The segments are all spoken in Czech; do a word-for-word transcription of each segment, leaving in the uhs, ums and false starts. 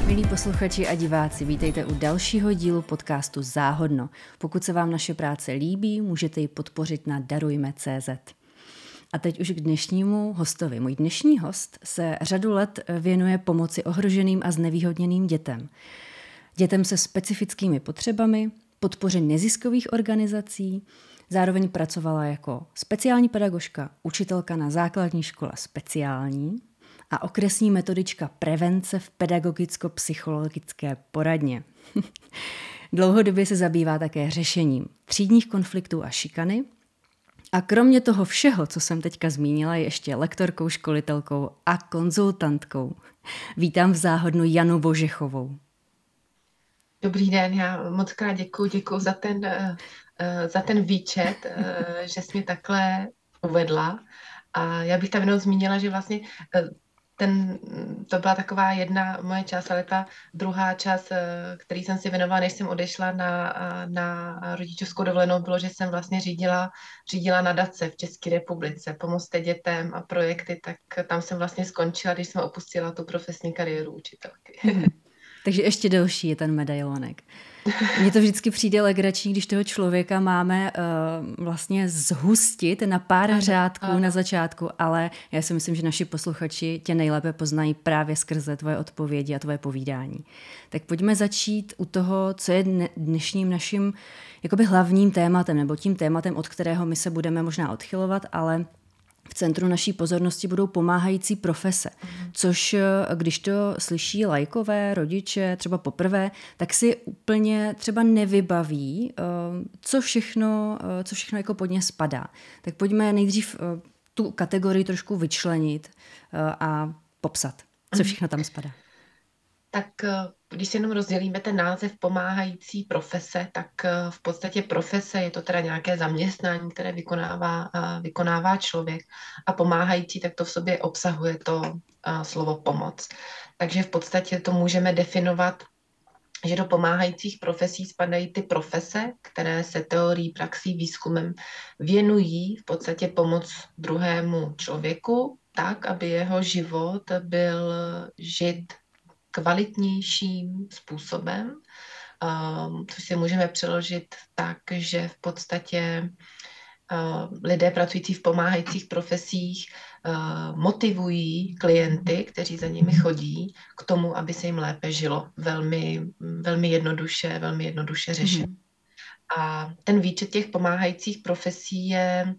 Milí posluchači a diváci, vítejte u dalšího dílu podcastu Záhodno. Pokud se vám naše práce líbí, můžete ji podpořit na darujme tečka cé zet. A teď už k dnešnímu hostovi. Můj dnešní host se řadu let věnuje pomoci ohroženým a znevýhodněným dětem. Dětem se specifickými potřebami, podpoře neziskových organizací, zároveň pracovala jako speciální pedagožka, učitelka na základní škole speciální a okresní metodička prevence v pedagogicko-psychologické poradně. Dlouhodobě se zabývá také řešením třídních konfliktů a šikany. A kromě toho všeho, co jsem teďka zmínila, je ještě lektorkou, školitelkou a konzultantkou. Vítám v Záhodnu Janu Božechovou. Dobrý den, já moc krát děkuji, děkuji za ten, za ten výčet, že jsi mě takhle uvedla. A já bych tam jenom zmínila, že vlastně ten, to byla taková jedna moje část, ale ta druhá část, který jsem si věnovala, než jsem odešla na, na rodičovskou dovolenou, bylo, že jsem vlastně řídila, řídila nadace v České republice, Pomozte dětem a projekty, tak tam jsem vlastně skončila, když jsem opustila tu profesní kariéru učitelky. Mm-hmm. Takže ještě delší je ten medailonek. Mně to vždycky přijde legrační, když toho člověka máme uh, vlastně zhustit na pár ano, řádků ano. na začátku, ale já si myslím, že naši posluchači tě nejlépe poznají právě skrze tvoje odpovědi a tvoje povídání. Tak pojďme začít u toho, co je dnešním naším jakoby hlavním tématem, nebo tím tématem, od kterého my se budeme možná odchylovat, ale v centru naší pozornosti budou pomáhající profese, což když to slyší laikové, rodiče třeba poprvé, tak si úplně třeba nevybaví, co všechno, co všechno jako pod ně spadá. Tak pojďme nejdřív tu kategorii trošku vyčlenit a popsat, co všechno tam spadá. Tak když si jenom rozdělíme ten název pomáhající profese, tak v podstatě profese je to teda nějaké zaměstnání, které vykonává, vykonává člověk, a pomáhající, tak to v sobě obsahuje to slovo pomoc. Takže v podstatě to můžeme definovat, že do pomáhajících profesí spadají ty profese, které se teorií, praxí, výzkumem věnují v podstatě pomoc druhému člověku tak, aby jeho život byl žit kvalitnějším způsobem, což si můžeme přeložit tak, že v podstatě lidé pracující v pomáhajících profesích motivují klienty, kteří za nimi chodí, k tomu, aby se jim lépe žilo. Velmi, velmi jednoduše, velmi jednoduše řešit. Mm. A ten výčet těch pomáhajících profesí je,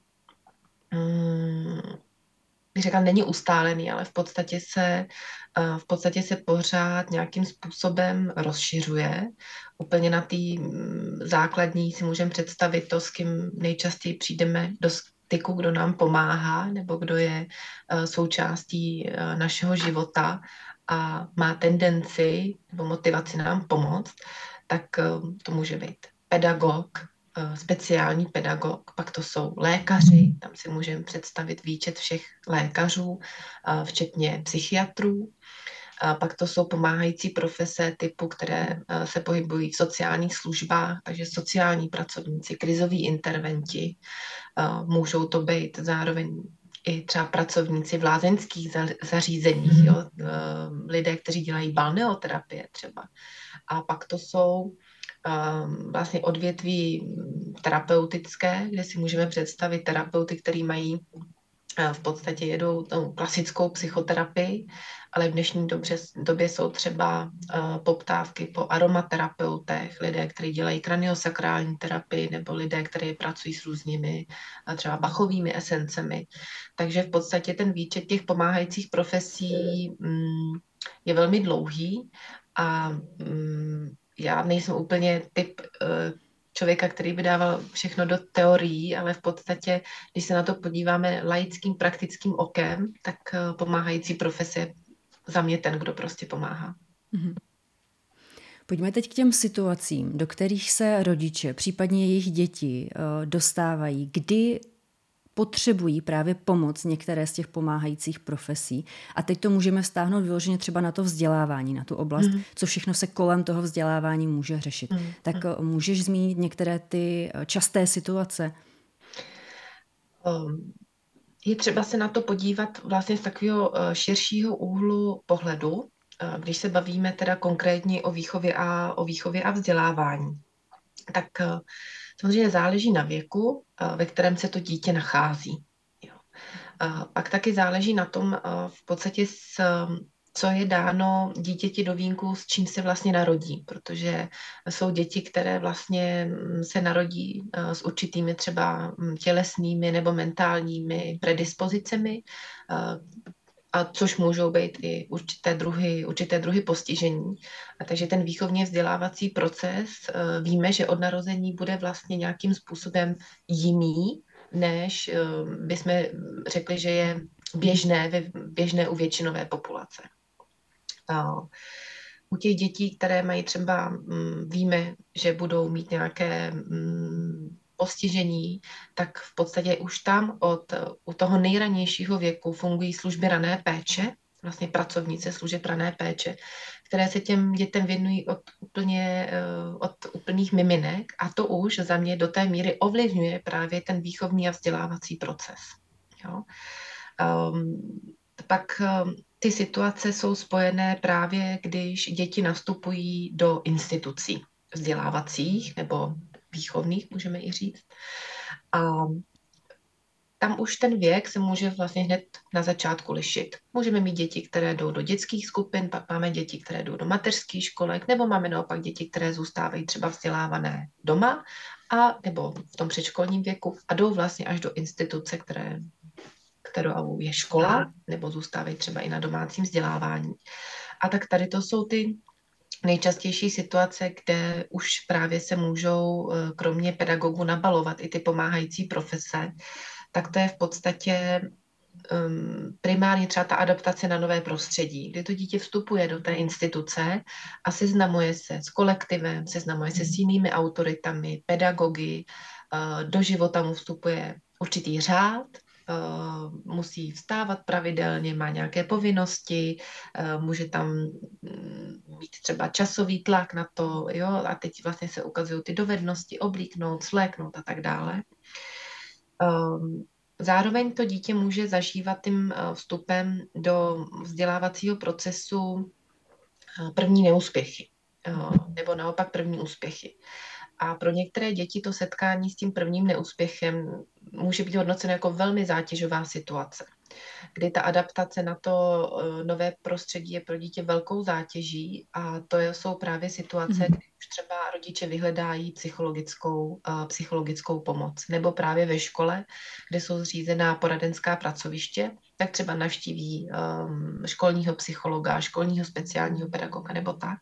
mm, bych řekla, není ustálený, ale v podstatě se v podstatě se pořád nějakým způsobem rozšiřuje. Úplně na té základní si můžeme představit to, s kým nejčastěji přijdeme do styku, kdo nám pomáhá, nebo kdo je součástí našeho života a má tendenci nebo motivaci nám pomoct, tak to může být pedagog, speciální pedagog, pak to jsou lékaři, tam si můžeme představit výčet všech lékařů, včetně psychiatrů. A pak to jsou pomáhající profese typu, které se pohybují v sociálních službách, takže sociální pracovníci, krizoví interventi, můžou to být zároveň i třeba pracovníci v lázeňských zařízeních, jo? Lidé, kteří dělají balneoterapie třeba. A pak to jsou vlastně odvětví terapeutické, kde si můžeme představit terapeuty, který mají v podstatě jedou tou klasickou psychoterapii, ale v dnešní době, době jsou třeba poptávky po aromaterapeutech, lidé, kteří dělají kraniosakrální terapii, nebo lidé, kteří pracují s různými třeba bachovými esencemi. Takže v podstatě ten výčet těch pomáhajících profesí je velmi dlouhý a já nejsem úplně typ člověka, který by dával všechno do teorií, ale v podstatě, když se na to podíváme laickým, praktickým okem, tak pomáhající profese je za mě ten, kdo prostě pomáhá. Mm-hmm. Pojďme teď k těm situacím, do kterých se rodiče, případně jejich děti dostávají, kdy potřebují právě pomoc některé z těch pomáhajících profesí. A teď to můžeme vztáhnout vyloženě třeba na to vzdělávání, na tu oblast, mm. co všechno se kolem toho vzdělávání může řešit. Mm. Tak můžeš zmínit některé ty časté situace? Um, je třeba se na to podívat vlastně z takového širšího úhlu pohledu. Když se bavíme teda konkrétně o výchově a, o výchově a vzdělávání, tak samozřejmě záleží na věku, ve kterém se to dítě nachází. Jo. Pak taky záleží na tom, v podstatě, s, co je dáno dítěti do vínku, s čím se vlastně narodí, protože jsou děti, které vlastně se narodí s určitými třeba tělesnými nebo mentálními predispozicemi, a což můžou být i určité druhy, určité druhy postižení. A takže ten výchovně vzdělávací proces, víme, že od narození bude vlastně nějakým způsobem jiný, než bychom řekli, že je běžné, běžné u většinové populace. U těch dětí, které mají třeba, víme, že budou mít nějaké postižení, tak v podstatě už tam od u toho nejranějšího věku fungují služby rané péče, vlastně pracovnice služeb rané péče, které se těm dětem věnují od, úplně, od úplných miminek a to už za mě do té míry ovlivňuje právě ten výchovný a vzdělávací proces. Jo? Um, pak um, ty situace jsou spojené právě, když děti nastupují do institucí vzdělávacích nebo výchovných, můžeme i říct. A tam už ten věk se může vlastně hned na začátku lišit. Můžeme mít děti, které jdou do dětských skupin, pak máme děti, které jdou do mateřských školek, nebo máme naopak děti, které zůstávají třeba vzdělávané doma, a, nebo v tom předškolním věku a jdou vlastně až do instituce, které, kterou je škola, nebo zůstávají třeba i na domácím vzdělávání. A tak tady to jsou ty nejčastější situace, kde už právě se můžou kromě pedagogů nabalovat i ty pomáhající profese, tak to je v podstatě um, primárně třeba ta adaptace na nové prostředí, kdy to dítě vstupuje do té instituce a seznamuje se s kolektivem, seznamuje se s jinými autoritami, pedagogy, uh, do života mu vstupuje určitý řád, Uh, musí vstávat pravidelně, má nějaké povinnosti, uh, může tam um, mít třeba časový tlak na to, jo, a teď vlastně se ukazují ty dovednosti oblíknout, sléknout a tak dále. Um, zároveň to dítě může zažívat tím uh, vstupem do vzdělávacího procesu uh, první neúspěchy, uh, nebo naopak první úspěchy. A pro některé děti to setkání s tím prvním neúspěchem může být hodnoceno jako velmi zátěžová situace, kdy ta adaptace na to nové prostředí je pro dítě velkou zátěží a to jsou právě situace, kdy už třeba rodiče vyhledají psychologickou, psychologickou pomoc. Nebo právě ve škole, kde jsou zřízená poradenská pracoviště, tak třeba navštíví um, školního psychologa, školního speciálního pedagoga nebo tak.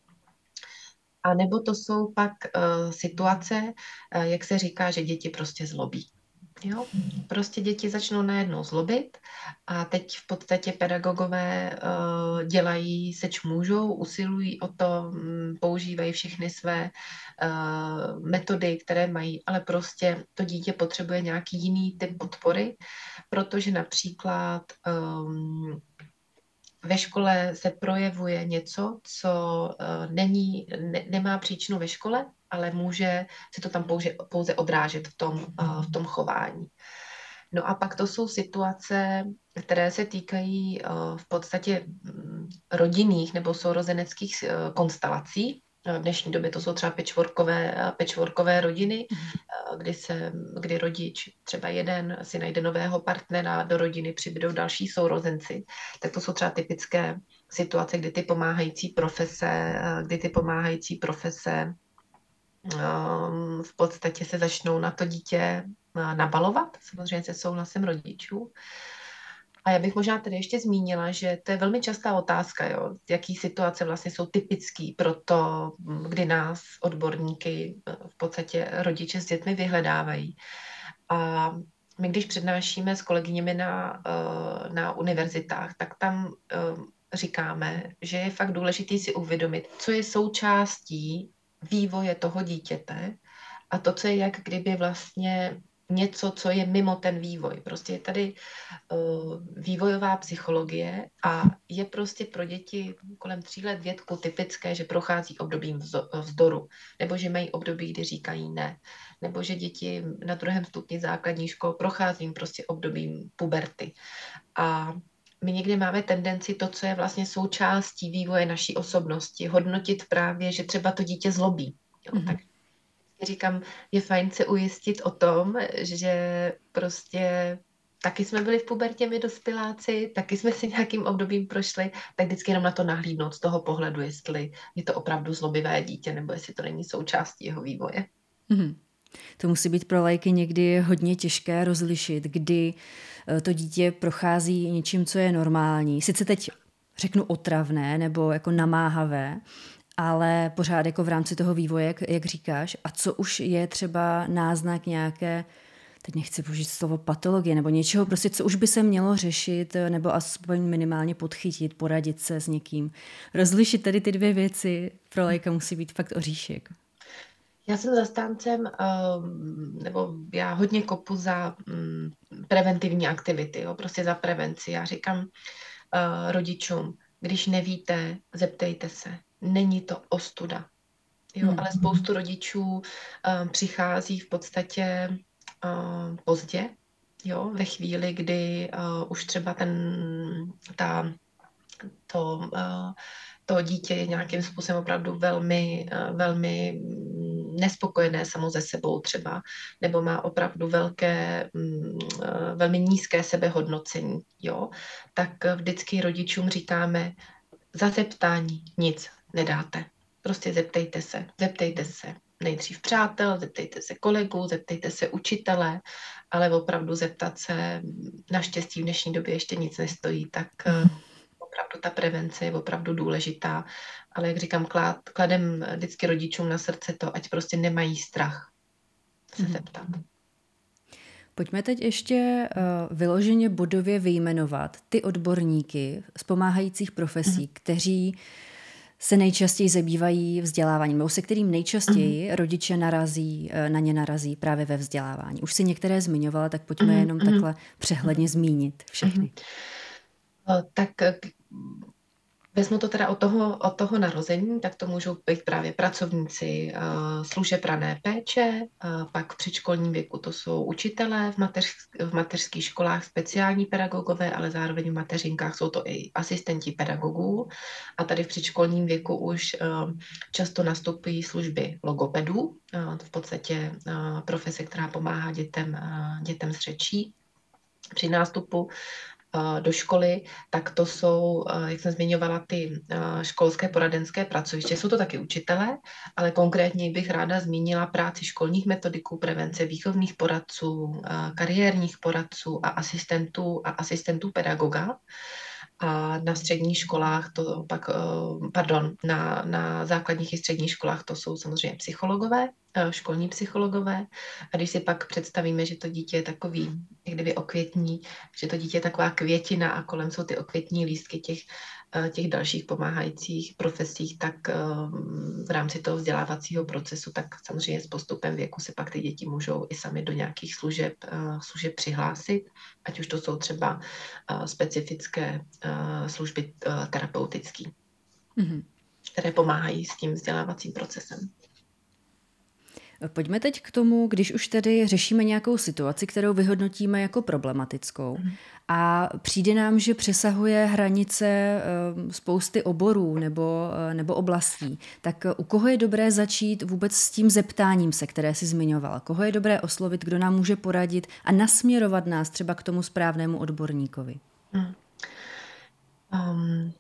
A nebo to jsou pak uh, situace, uh, jak se říká, že děti prostě zlobí. Jo? Prostě děti začnou najednou zlobit a teď v podstatě pedagogové uh, dělají seč můžou, usilují o to, um, používají všechny své uh, metody, které mají, ale prostě to dítě potřebuje nějaký jiný typ podpory, protože například um, ve škole se projevuje něco, co uh, není, ne, nemá příčinu ve škole, ale může se to tam pouze, pouze odrážet v tom, uh, v tom chování. No a pak to jsou situace, které se týkají uh, v podstatě um, rodinných nebo sourozeneckých uh, konstelací. V dnešní době to jsou třeba patchworkové, patchworkové rodiny, kdy, se, kdy rodič, třeba jeden si najde nového partnera, do rodiny přibydou další sourozenci. Tak to jsou třeba typické situace, kdy ty pomáhající profese, kdy ty pomáhající profese um, v podstatě se začnou na to dítě nabalovat, samozřejmě se souhlasem rodičů. A já bych možná tedy ještě zmínila, že to je velmi častá otázka, jo, jaký situace vlastně jsou typický pro to, kdy nás odborníky v podstatě rodiče s dětmi vyhledávají. A my, když přednášíme s kolegyněmi na, na univerzitách, tak tam říkáme, že je fakt důležité si uvědomit, co je součástí vývoje toho dítěte a to, co je jak kdyby vlastně něco, co je mimo ten vývoj. Prostě je tady uh, vývojová psychologie a je prostě pro děti kolem tří let věku typické, že prochází obdobím vzdoru, nebo že mají období, kdy říkají ne, nebo že děti na druhém stupni základní škol prochází prostě obdobím puberty. A my někdy máme tendenci to, co je vlastně součástí vývoje naší osobnosti, hodnotit právě, že třeba to dítě zlobí. Jo, Mhm. tak říkám, je fajn se ujistit o tom, že prostě taky jsme byli v pubertě my dospěláci, taky jsme si nějakým obdobím prošli, tak vždycky jenom na to nahlídnout z toho pohledu, jestli je to opravdu zlobivé dítě, nebo jestli to není součástí jeho vývoje. Mhm. To musí být pro lajky někdy hodně těžké rozlišit, kdy to dítě prochází něčím, co je normální. Sice teď řeknu otravné nebo jako namáhavé, ale pořád jako v rámci toho vývoje, jak, jak říkáš, a co už je třeba náznak nějaké, teď nechci použít slovo patologie, nebo něčeho prostě, co už by se mělo řešit, nebo aspoň minimálně podchytit, poradit se s někým. Rozlišit tady ty dvě věci pro lajka musí být fakt oříšek. Já jsem zastáncem, nebo já hodně kopu za preventivní aktivity, jo, prostě za prevenci. Já říkám rodičům, když nevíte, zeptejte se. Není to ostuda. Jo, Hmm. ale spoustu rodičů přichází v podstatě pozdě, jo, ve chvíli, kdy už třeba ten, ta, to, to dítě je nějakým způsobem opravdu velmi, velmi nespokojené samo ze sebou třeba, nebo má opravdu velké, velmi nízké sebehodnocení, jo, tak vždycky rodičům říkáme, za zeptání nic nedáte. Prostě zeptejte se, zeptejte se nejdřív přátel, zeptejte se kolegů, zeptejte se učitele, ale opravdu zeptat se, naštěstí v dnešní době ještě nic nestojí, tak opravdu ta prevence je opravdu důležitá, ale jak říkám, klad, kladem vždycky rodičům na srdce to, ať prostě nemají strach se Mhm. zeptat. Pojďme teď ještě uh, vyloženě bodově vyjmenovat ty odborníky z pomáhajících profesí, mm. kteří se nejčastěji zabývají vzděláváním, nebo se kterým nejčastěji mm. rodiče narazí, na ně narazí právě ve vzdělávání. Už si některé zmiňovala, tak pojďme mm. jenom mm. takhle přehledně zmínit všechny. Mm. Tak vezmu to teda od toho, od toho narození, tak to můžou být právě pracovníci uh, služeb rané péče, uh, pak v předškolním věku to jsou učitelé, v, mateř, v mateřských školách speciální pedagogové, ale zároveň v mateřinkách jsou to i asistenti pedagogů. A tady v předškolním věku už uh, často nastupují služby logopedů, uh, v podstatě uh, profese, která pomáhá dětem, uh, dětem s řečí při nástupu do školy, tak to jsou, jak jsem zmiňovala, ty školské poradenské pracoviště. Jsou to taky učitelé, ale konkrétně bych ráda zmínila práci školních metodiků, prevence výchovných poradců, kariérních poradců a asistentů a asistentů pedagoga. A na středních školách to pak, pardon, na, na základních i středních školách to jsou samozřejmě psychologové, školní psychologové. A když si pak představíme, že to dítě je takový, jak kdyby okvětní, že to dítě je taková květina a kolem jsou ty okvětní lístky těch, těch dalších pomáhajících profesích, tak v rámci toho vzdělávacího procesu, tak samozřejmě s postupem věku se pak ty děti můžou i sami do nějakých služeb, služeb přihlásit, ať už to jsou třeba specifické služby terapeutické, mm-hmm. které pomáhají s tím vzdělávacím procesem. Pojďme teď k tomu, když už tedy řešíme nějakou situaci, kterou vyhodnotíme jako problematickou mm. a přijde nám, že přesahuje hranice spousty oborů nebo, nebo oblastí, tak u koho je dobré začít vůbec s tím zeptáním se, které jsi zmiňovala? Koho je dobré oslovit, kdo nám může poradit a nasměrovat nás třeba k tomu správnému odborníkovi? Mm. Um.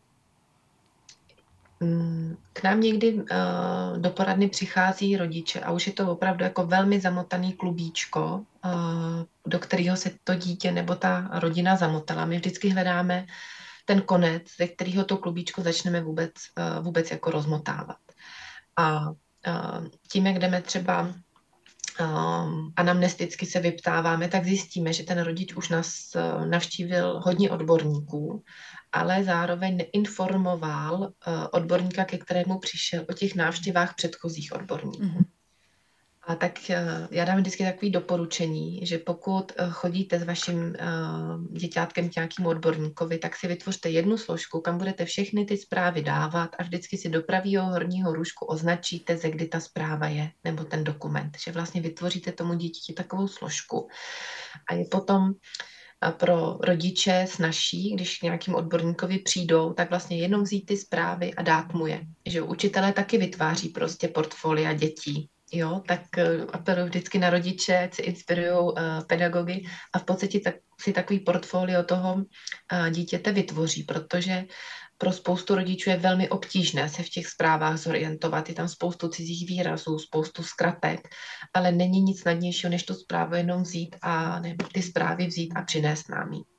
K nám někdy uh, do poradny přichází rodiče a už je to opravdu jako velmi zamotaný klubíčko, uh, do kterého se to dítě nebo ta rodina zamotala. My vždycky hledáme ten konec, ze kterého to klubíčko začneme vůbec, uh, vůbec jako rozmotávat. A uh, tím, jak jdeme třeba Um, anamnesticky se vyptáváme, tak zjistíme, že ten rodič už nás uh, navštívil hodně odborníků, ale zároveň neinformoval uh, odborníka, ke kterému přišel, o těch návštěvách předchozích odborníků. Mm-hmm. A tak uh, já dám vždycky takové doporučení, že pokud uh, chodíte s vaším uh, děťátkem k nějakému odborníkovi, tak si vytvořte jednu složku, kam budete všechny ty zprávy dávat a vždycky si do pravého horního růžku označíte, ze kdy ta zpráva je, nebo ten dokument. Že vlastně vytvoříte tomu dítěti takovou složku. A je potom a pro rodiče snazší, když k nějakým odborníkovi přijdou, tak vlastně jenom vzít ty zprávy a dát mu je. Že učitelé taky vytváří prostě portfolia dětí. Jo, tak uh, apeluji vždycky na rodiče, ať se inspirují uh, pedagogy a v podstatě tak, si takový portfolio toho uh, dítěte vytvoří, protože pro spoustu rodičů je velmi obtížné se v těch zprávách zorientovat. Je tam spoustu cizích výrazů, spoustu zkratek, ale není nic snadnějšího, než tu zprávu jenom vzít a ne, ty zprávy vzít a přinést nám ji.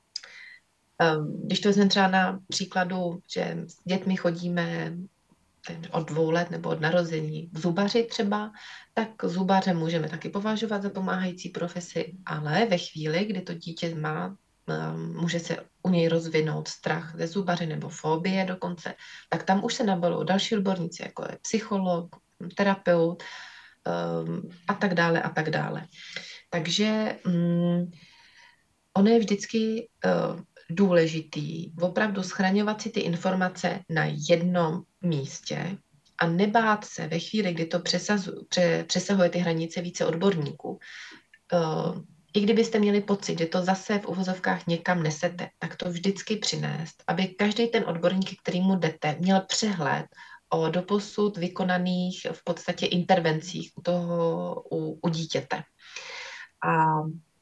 Um, Když to vezmeme třeba na příkladu, že s dětmi chodíme od dvou let nebo od narození k zubaři třeba, tak zubaře můžeme taky považovat za pomáhající profesi, ale ve chvíli, kdy to dítě má, um, může se u něj rozvinout strach ze zubaře nebo fobie dokonce, tak tam už se nabalou další odborníci, jako je psycholog, terapeut um, a tak dále a tak dále. Takže um, ono je vždycky uh, důležitý opravdu schraňovat si ty informace na jednom místě a nebát se ve chvíli, kdy to přesazu, pře, přesahuje ty hranice více odborníků. Uh, I kdybyste měli pocit, že to zase v uvozovkách někam nesete, tak to vždycky přinést, aby každý ten odborník, kterýmu jdete, měl přehled o doposud vykonaných v podstatě intervencích u toho, u, u dítěte. A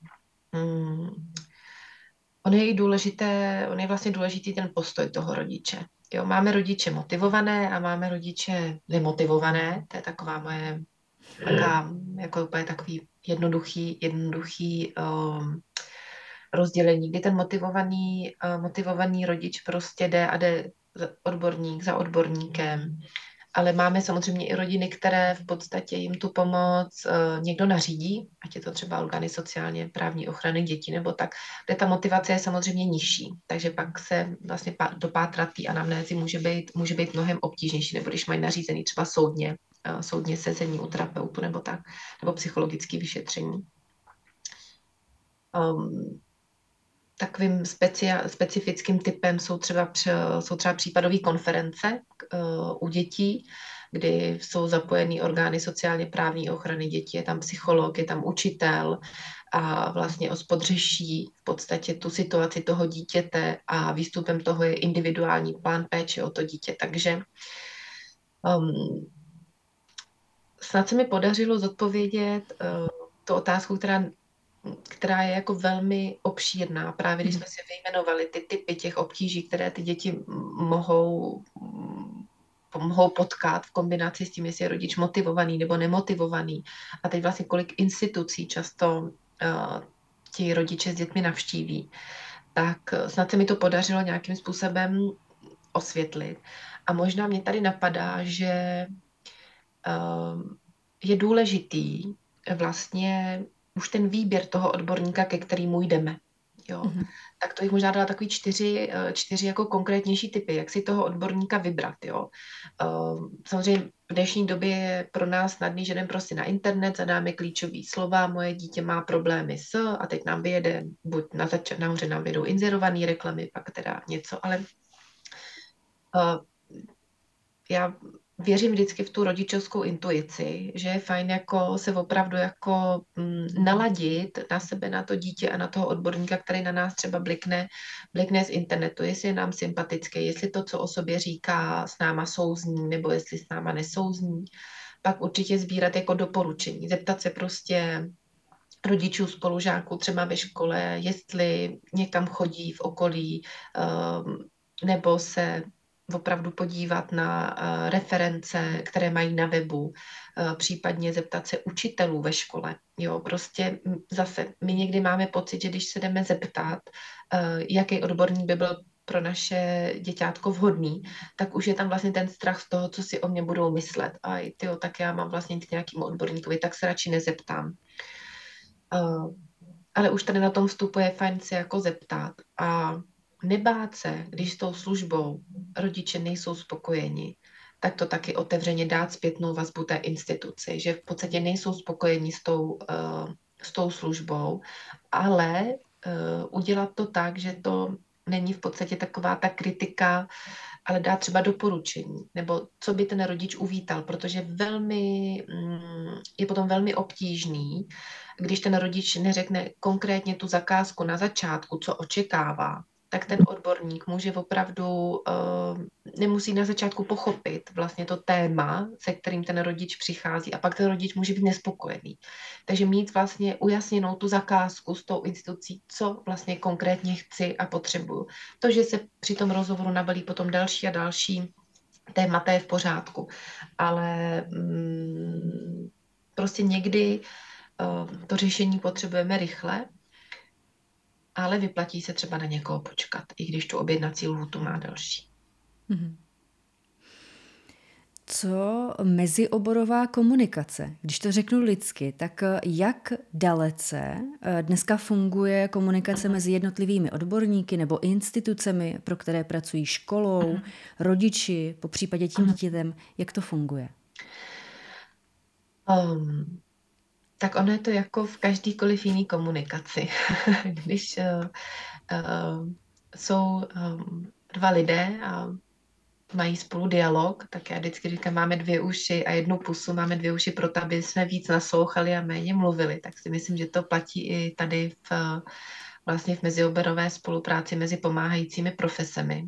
mm, On je důležité, on je vlastně důležitý ten postoj toho rodiče. Jo, máme rodiče motivované a máme rodiče nemotivované. To je taková moje, taká, jako úplně takový jednoduchý, jednoduchý um, rozdělení, kdy ten motivovaný, uh, motivovaný rodič prostě jde a jde odborník za odborníkem. Ale máme samozřejmě i rodiny, které v podstatě jim tu pomoc uh, někdo nařídí, ať je to třeba orgány sociálně právní ochrany dětí nebo tak, kde ta motivace je samozřejmě nižší. Takže pak se vlastně dopátrat té anamnézy může být, může být mnohem obtížnější, nebo když mají nařízený třeba soudně, uh, soudně sezení u terapeutu nebo tak, nebo psychologické vyšetření. Um, Takovým specia, specifickým typem jsou třeba, jsou třeba případové konference uh, u dětí, kdy jsou zapojeny orgány sociálně právní ochrany dětí, je tam psycholog, je tam učitel a vlastně OSPOD řeší v podstatě tu situaci toho dítěte a výstupem toho je individuální plán péče o to dítě. Takže um, snad se mi podařilo zodpovědět uh, tu otázku, která která je jako velmi obšírná. Právě když jsme si vyjmenovali ty typy těch obtíží, které ty děti mohou, mohou potkat v kombinaci s tím, jestli je rodič motivovaný nebo nemotivovaný. A teď vlastně kolik institucí často uh, ti rodiče s dětmi navštíví. Tak snad se mi to podařilo nějakým způsobem osvětlit. A možná mě tady napadá, že uh, je důležitý vlastně už ten výběr toho odborníka, ke kterému jdeme. Jo. Mm-hmm. Tak to bych možná dala takový čtyři, čtyři jako konkrétnější typy, jak si toho odborníka vybrat. Jo. Samozřejmě v dnešní době je pro nás snadný, že jdeme prostě na internet, zadáme klíčový slova, moje dítě má problémy s, a teď nám vyjede, buď na zač- nahoře nám vyjedou inzerované reklamy, pak teda něco, ale uh, já věřím vždycky v tu rodičovskou intuici, že je fajn jako se opravdu jako mm, naladit na sebe, na to dítě a na toho odborníka, který na nás třeba blikne, blikne z internetu, jestli je nám sympatický, jestli to, co o sobě říká, s náma souzní, nebo jestli s náma nesouzní. Pak určitě sbírat jako doporučení, zeptat se prostě rodičů, spolužáků třeba ve škole, jestli někam chodí v okolí, um, nebo se opravdu podívat na uh, reference, které mají na webu, uh, případně zeptat se učitelů ve škole. Jo, prostě zase my někdy máme pocit, že když se jdeme zeptat, uh, jaký odborník by byl pro naše děťátko vhodný, tak už je tam vlastně ten strach z toho, co si o mě budou myslet. A tyjo, tak já mám vlastně k nějakému odborníkovi, tak se radši nezeptám. Uh, ale už tady na tom vstupu je fajn se jako zeptat a nebát se, když s tou službou rodiče nejsou spokojeni, tak to taky otevřeně dát zpětnou vazbu té instituci, že v podstatě nejsou spokojeni s tou, uh, s tou službou, ale uh, udělat to tak, že to není v podstatě taková ta kritika ale dát třeba doporučení, nebo co by ten rodič uvítal, protože velmi, mm, je potom velmi obtížný, když ten rodič neřekne konkrétně tu zakázku na začátku, co očekává, tak ten odborník může opravdu, uh, nemusí na začátku pochopit vlastně to téma, se kterým ten rodič přichází a pak ten rodič může být nespokojený. Takže mít vlastně ujasněnou tu zakázku s tou institucí, co vlastně konkrétně chci a potřebuju. To, že se při tom rozhovoru nabalí potom další a další témata, je v pořádku, ale mm, prostě někdy uh, to řešení potřebujeme rychle, ale vyplatí se třeba na někoho počkat, i když tu objednací lhůtu má delší. Mm-hmm. Co mezioborová komunikace? Když to řeknu lidsky, tak jak dalece dneska funguje komunikace mezi jednotlivými odborníky nebo institucemi, pro které pracují školou, rodiči, po případě tím dítětem, jak to funguje? Um, tak ono je to jako v každýkoliv jiný komunikaci. Když uh, uh, jsou um, dva lidé a mají spolu dialog, tak já vždycky říkám, máme dvě uši a jednu pusu, máme dvě uši proto, aby jsme víc naslouchali a méně mluvili. Tak si myslím, že to platí i tady v, vlastně v mezioborové spolupráci mezi pomáhajícími profesemi.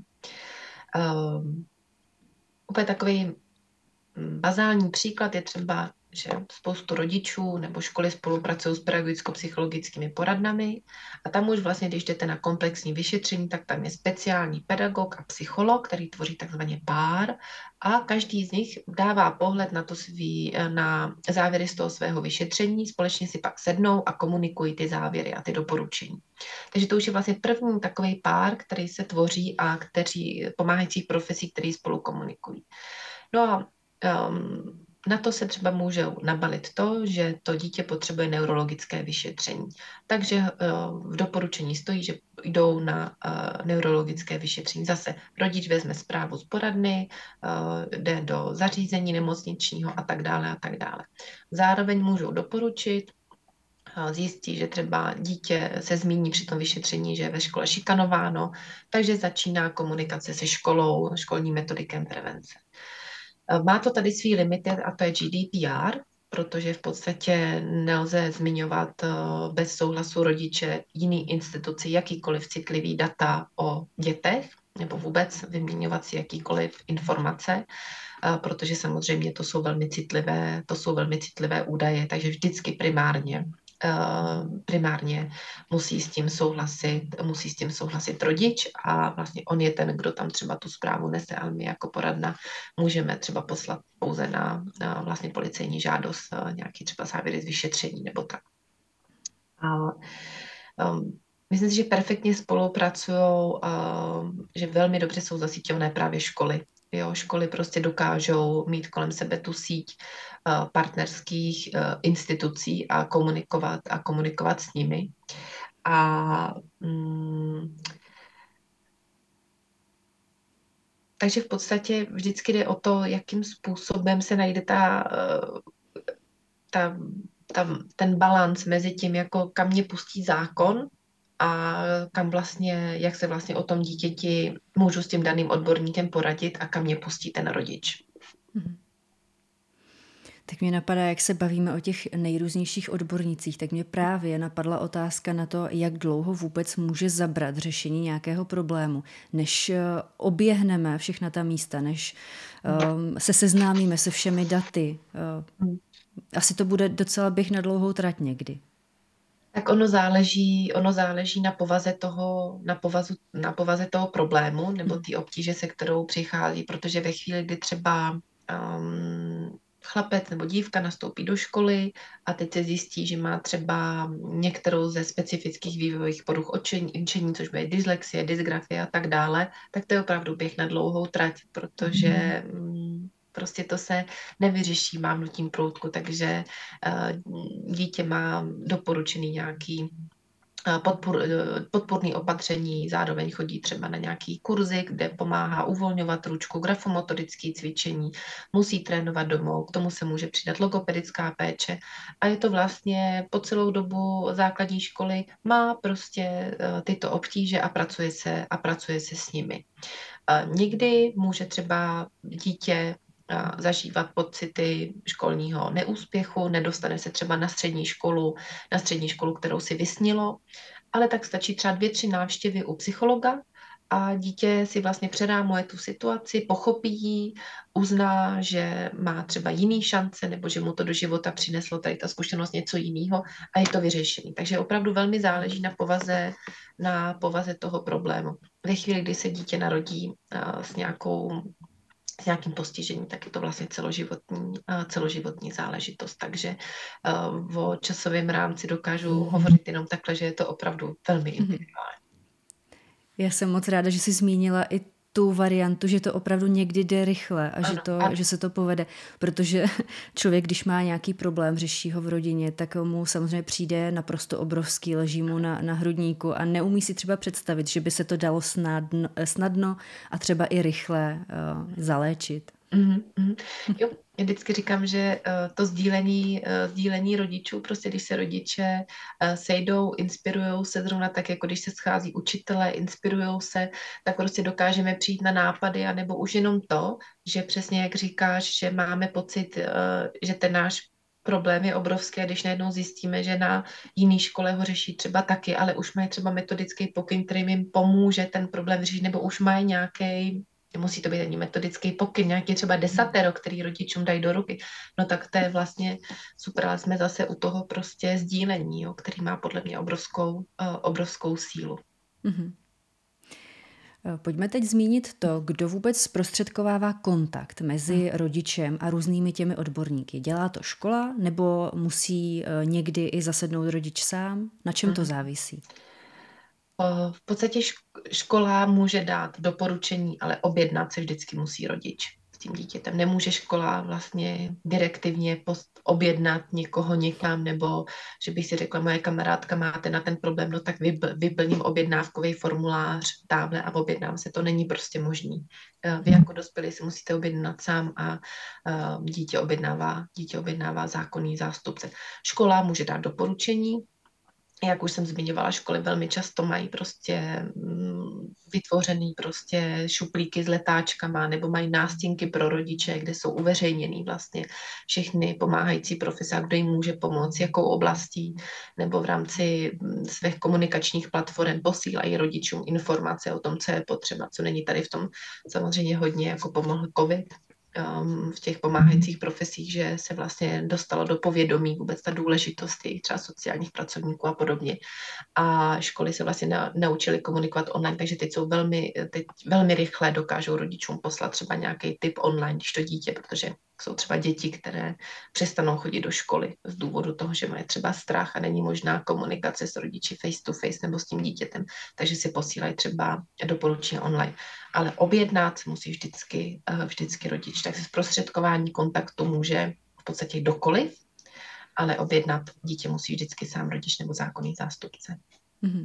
Um, úplně takový bazální příklad je třeba, že spoustu rodičů nebo školy spolupracují s pedagogicko-psychologickými poradnami a tam už vlastně, když jdete na komplexní vyšetření, tak tam je speciální pedagog a psycholog, který tvoří takzvaně pár a každý z nich dává pohled na, to svý, na závěry z toho svého vyšetření, společně si pak sednou a komunikují ty závěry a ty doporučení. Takže to už je vlastně první takový pár, který se tvoří a kteří pomáhající profesí, který spolu komunikují. No a Um, na to se třeba může nabalit to, že to dítě potřebuje neurologické vyšetření. Takže uh, v doporučení stojí, že jdou na uh, neurologické vyšetření. Zase rodič vezme zprávu z poradny, uh, jde do zařízení nemocničního a tak dále a tak dále. Zároveň můžou doporučit, zjistí, že třeba dítě se zmíní při tom vyšetření, že je ve škole šikanováno, takže začíná komunikace se školou, školním metodikem prevence. Má to tady svý limity a to je G D P R, protože v podstatě nelze zmiňovat bez souhlasu rodiče jiný instituci jakýkoliv citlivý data o dětech nebo vůbec vyměňovat si jakýkoliv informace, protože samozřejmě to jsou velmi citlivé, to jsou velmi citlivé údaje, takže vždycky primárně primárně musí s tím souhlasit, musí s tím souhlasit rodič a vlastně on je ten, kdo tam třeba tu zprávu nese, ale my jako poradna můžeme třeba poslat pouze na, na vlastně policejní žádost nějaký třeba závěry z vyšetření nebo tak. A um, myslím si, že perfektně spolupracují, um, že velmi dobře jsou zasíťované právě školy. Jo, školy prostě dokážou mít kolem sebe tu síť uh, partnerských uh, institucí a komunikovat a komunikovat s nimi. A mm, takže v podstatě vždycky jde o to, jakým způsobem se najde ta, uh, ta, ta, ten balans mezi tím, jako kam mě pustí zákon a kam vlastně, jak se vlastně o tom dítěti můžu s tím daným odborníkem poradit a kam mě pustí ten rodič. Mm-hmm. Tak mě napadá, jak se bavíme o těch nejrůznějších odbornících, tak mě právě napadla otázka na to, jak dlouho vůbec může zabrat řešení nějakého problému, než oběhneme všechna ta místa, než um, se seznámíme se všemi daty. Uh, asi to bude docela běh na dlouhou trať někdy. Tak ono záleží, ono záleží na povaze toho, na povazu, na povaze toho problému nebo té obtíže, se kterou přichází, protože ve chvíli, kdy třeba um, chlapec nebo dívka nastoupí do školy a teď se zjistí, že má třeba některou ze specifických vývojových poruch učení, což bude dyslexie, dysgrafie a tak dále, tak to je opravdu běh na dlouhou trať, protože mm. prostě to se nevyřeší mávnutím proutku, takže uh, dítě má doporučený nějaký Podpor, podporné opatření, zároveň chodí třeba na nějaký kurzy, kde pomáhá uvolňovat ručku, grafomotorické cvičení, musí trénovat domů, k tomu se může přidat logopedická péče a je to vlastně po celou dobu základní školy má prostě tyto obtíže a pracuje se, a pracuje se s nimi. Někdy může třeba dítě zažívat pocity školního neúspěchu, nedostane se třeba na střední školu, na střední školu, kterou si vysnilo, ale tak stačí třeba dvě, tři návštěvy u psychologa a dítě si vlastně přerámuje tu situaci, pochopí ji, uzná, že má třeba jiný šance nebo že mu to do života přineslo tady ta zkušenost něco jiného a je to vyřešený. Takže opravdu velmi záleží na povaze, na povaze toho problému. Ve chvíli, kdy se dítě narodí uh, s nějakou s nějakým postižením, tak je to vlastně celoživotní, celoživotní záležitost. Takže uh, o časovém rámci dokážu hovořit jenom takhle, že je to opravdu velmi individuální. Já jsem moc ráda, že jsi zmínila i tu variantu, že to opravdu někdy jde rychle a ano, že, to, ano. že se to povede, protože člověk, když má nějaký problém, řeší ho v rodině, tak mu samozřejmě přijde naprosto obrovský, leží mu na, na hrudníku a neumí si třeba představit, že by se to dalo snadno, snadno a třeba i rychle uh, zaléčit. Mm-hmm. Jo, já vždycky říkám, že uh, to sdílení, uh, sdílení rodičů, prostě když se rodiče uh, sejdou, inspirujou se zrovna tak, jako když se schází učitelé, inspirujou se, tak prostě dokážeme přijít na nápady, anebo už jenom to, že přesně jak říkáš, že máme pocit, uh, že ten náš problém je obrovský a když najednou zjistíme, že na jiné škole ho řeší třeba taky, ale už mají třeba metodický pokyn, který jim pomůže ten problém řešit, nebo už mají nějaký, musí to být ani metodický pokyn, nějaký třeba desatero, který rodičům dají do ruky, no tak to je vlastně super, ale jsme zase u toho prostě sdílení, jo, který má podle mě obrovskou, uh, obrovskou sílu. Mm-hmm. Pojďme teď zmínit to, kdo vůbec zprostředkovává kontakt mezi rodičem a různými těmi odborníky. Dělá to škola, nebo musí někdy i zasednout rodič sám? Na čem to závisí? V podstatě škola může dát doporučení, ale objednat se vždycky musí rodič s tím dítětem. Nemůže škola vlastně direktivně post objednat někoho někam, nebo že bych si řekla, moje kamarádka, máte na ten problém, no tak vyplním objednávkový formulář tamhle a objednám se. To není prostě možný. Vy jako dospělí si musíte objednat sám a dítě objednává, dítě objednává zákonný zástupce. Škola může dát doporučení. Jak už jsem zmiňovala, školy velmi často mají prostě vytvořený prostě šuplíky s letáčkama nebo mají nástěnky pro rodiče, kde jsou uveřejněný vlastně všechny pomáhající profese a kdo jim může pomoct, jakou oblastí, nebo v rámci svých komunikačních platform posílají rodičům informace o tom, co je potřeba, co není. Tady v tom samozřejmě hodně jako pomohl COVID. Um, v těch pomáhajících profesích, že se vlastně dostalo do povědomí vůbec ta důležitost těch třeba sociálních pracovníků a podobně. A školy se vlastně na, naučily komunikovat online, takže teď jsou velmi, teď velmi rychle dokážou rodičům poslat třeba nějaký tip online, když to dítě, protože jsou třeba děti, které přestanou chodit do školy z důvodu toho, že mají třeba strach a není možná komunikace s rodiči face to face nebo s tím dítětem, takže si posílají třeba doporučení online. Ale objednat musí vždycky, vždycky rodič. Takže zprostředkování kontaktu může v podstatě kdokoliv, ale objednat dítě musí vždycky sám rodič nebo zákonný zástupce. Mm-hmm.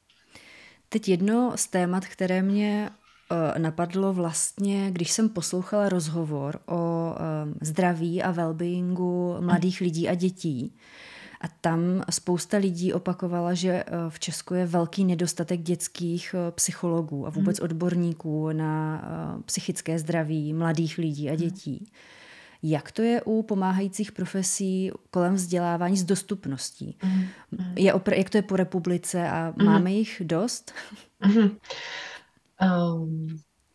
Teď jedno z témat, které mě uh, napadlo vlastně, když jsem poslouchala rozhovor o um, zdraví a wellbeingu mladých lidí a dětí. A tam spousta lidí opakovala, že v Česku je velký nedostatek dětských psychologů a vůbec odborníků na psychické zdraví mladých lidí a dětí. Jak to je u pomáhajících profesí kolem vzdělávání s dostupností? Je opr- jak to je po republice a máme jich dost? Um,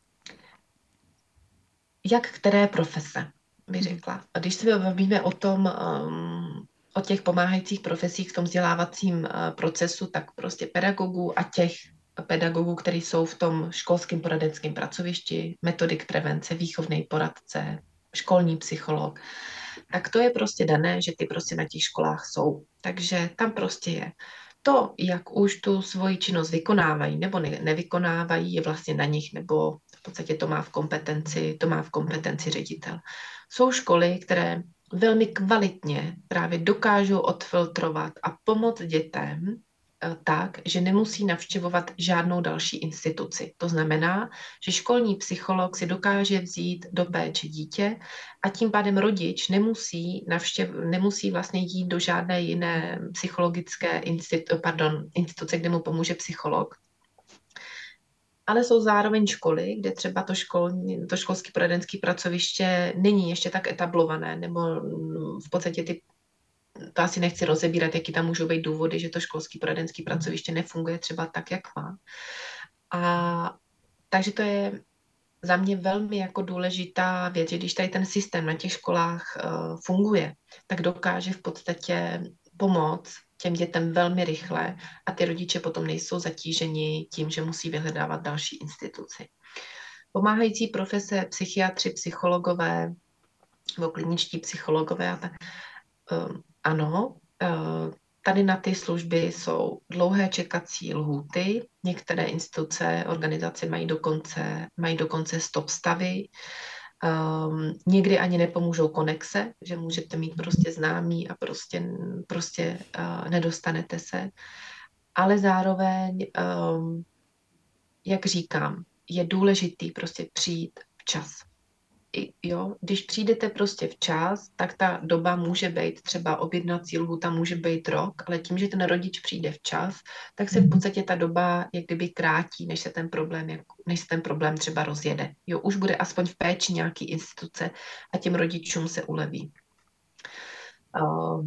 jak které profese, bych řekla. Když se bavíme o tom, um, o těch pomáhajících profesích v tom vzdělávacím uh, procesu, tak prostě pedagogů a těch pedagogů, kteří jsou v tom školském poradenském pracovišti, metodik prevence, výchovný poradce, školní psycholog, tak to je prostě dané, že ty prostě na těch školách jsou. Takže tam prostě je. To, jak už tu svoji činnost vykonávají nebo ne- nevykonávají, je vlastně na nich, nebo v podstatě to má v kompetenci, to má v kompetenci ředitel. Jsou školy, které velmi kvalitně právě dokážou odfiltrovat a pomoct dětem tak, že nemusí navštěvovat žádnou další instituci. To znamená, že školní psycholog si dokáže vzít do péče dítě a tím pádem rodič nemusí, navštěv, nemusí vlastně jít do žádné jiné psychologické institu, pardon, instituce, kde mu pomůže psycholog. ale jsou zároveň školy, kde třeba to, školní, to školský poradenský pracoviště není ještě tak etablované, nebo v podstatě ty, to asi nechci rozebírat, jaký tam můžou být důvody, že to školský poradenský pracoviště nefunguje třeba tak, jak má. A takže to je za mě velmi jako důležitá věc, že když tady ten systém na těch školách uh, funguje, tak dokáže v podstatě pomoct těm dětem velmi rychle a ty rodiče potom nejsou zatíženi tím, že musí vyhledávat další instituci. Pomáhající profese psychiatři, psychologové nebo kliničtí psychologové a tak, uh, ano, uh, tady na ty služby jsou dlouhé čekací lhůty. Některé instituce, organizace mají dokonce, mají dokonce stop stavy. Um, někdy ani nepomůžou konexe, že můžete mít prostě známý a prostě, prostě uh, nedostanete se. Ale zároveň, um, jak říkám, je důležitý prostě přijít včas. I, jo, když přijdete prostě včas, tak ta doba může být třeba objednací lhůta může být rok, ale tím, že ten rodič přijde včas, tak se v podstatě ta doba jak kdyby krátí, než se ten problém, jak, než se ten problém třeba rozjede. Jo, už bude aspoň v péči nějaký instituce a těm rodičům se uleví. Uh,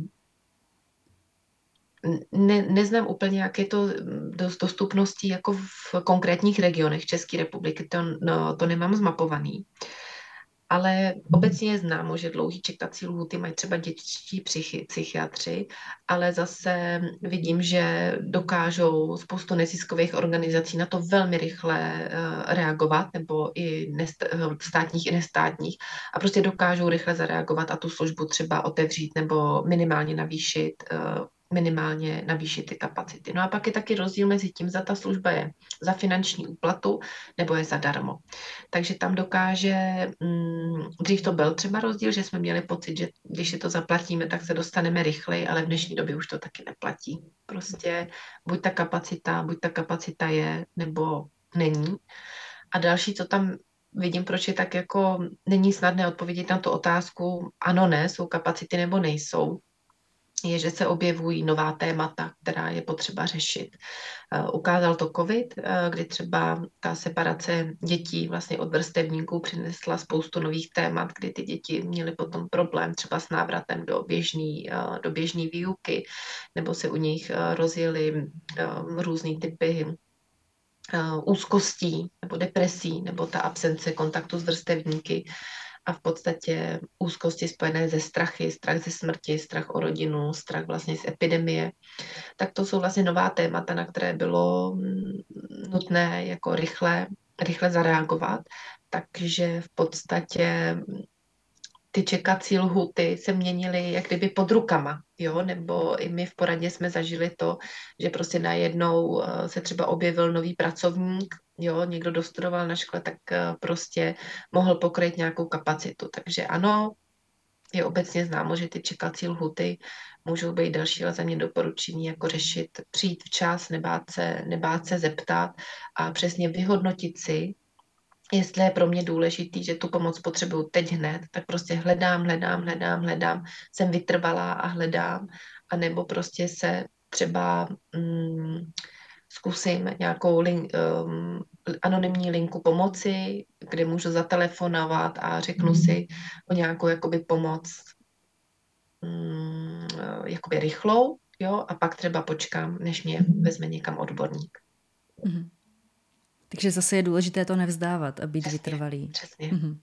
ne, neznám úplně, jak je to dost dostupností jako v konkrétních regionech České republiky, to, no, to nemám zmapovaný. Ale obecně je známo, že dlouhý čekací lhůty mají třeba dětští psychi, psychiatři, ale zase vidím, že dokážou spoustu neziskových organizací na to velmi rychle uh, reagovat, nebo i nest, státních i nestátních, a prostě dokážou rychle zareagovat a tu službu třeba otevřít nebo minimálně navýšit uh, minimálně navýšit ty kapacity. No a pak je taky rozdíl mezi tím, zda ta služba je za finanční úplatu nebo je zadarmo. Takže tam dokáže, mm, dřív to byl třeba rozdíl, že jsme měli pocit, že když si to zaplatíme, tak se dostaneme rychleji, ale v dnešní době už to taky neplatí. Prostě buď ta kapacita, buď ta kapacita je, nebo není. A další, co tam vidím, proč je tak jako, není snadné odpovědět na tu otázku, ano, ne, jsou kapacity nebo nejsou, je, že se objevují nová témata, která je potřeba řešit. Ukázal to COVID, kdy třeba ta separace dětí vlastně od vrstevníků přinesla spoustu nových témat, kdy ty děti měly potom problém třeba s návratem do běžné do běžný výuky, nebo se u nich rozjely různý typy úzkostí nebo depresí, nebo ta absence kontaktu s vrstevníky a v podstatě úzkosti spojené ze strachy, strach ze smrti, strach o rodinu, strach vlastně z epidemie. Tak to jsou vlastně nová témata, na které bylo nutné jako rychle, rychle zareagovat. Takže v podstatě ty čekací lhuty se měnily jak kdyby pod rukama, jo, nebo i my v poradně jsme zažili to, že prostě najednou se třeba objevil nový pracovník, jo, někdo dostudoval na škole, tak prostě mohl pokryt nějakou kapacitu. Takže ano, je obecně známo, že ty čekací lhuty můžou být další, ale za mě doporučení jako řešit, přijít včas, nebát se, nebát se zeptat a přesně vyhodnotit si, jestli je pro mě důležitý, že tu pomoc potřebuju teď hned, tak prostě hledám, hledám, hledám, hledám, jsem vytrvalá a hledám, anebo prostě se třeba mm, zkusím nějakou link, um, anonymní linku pomoci, kde můžu zatelefonovat a řeknu mm. si o nějakou jakoby pomoc um, jakoby rychlou, jo, a pak třeba počkám, než mě vezme někam odborník. Mm. Takže zase je důležité to nevzdávat a být Přesně, vytrvalý. Přesně. Mm.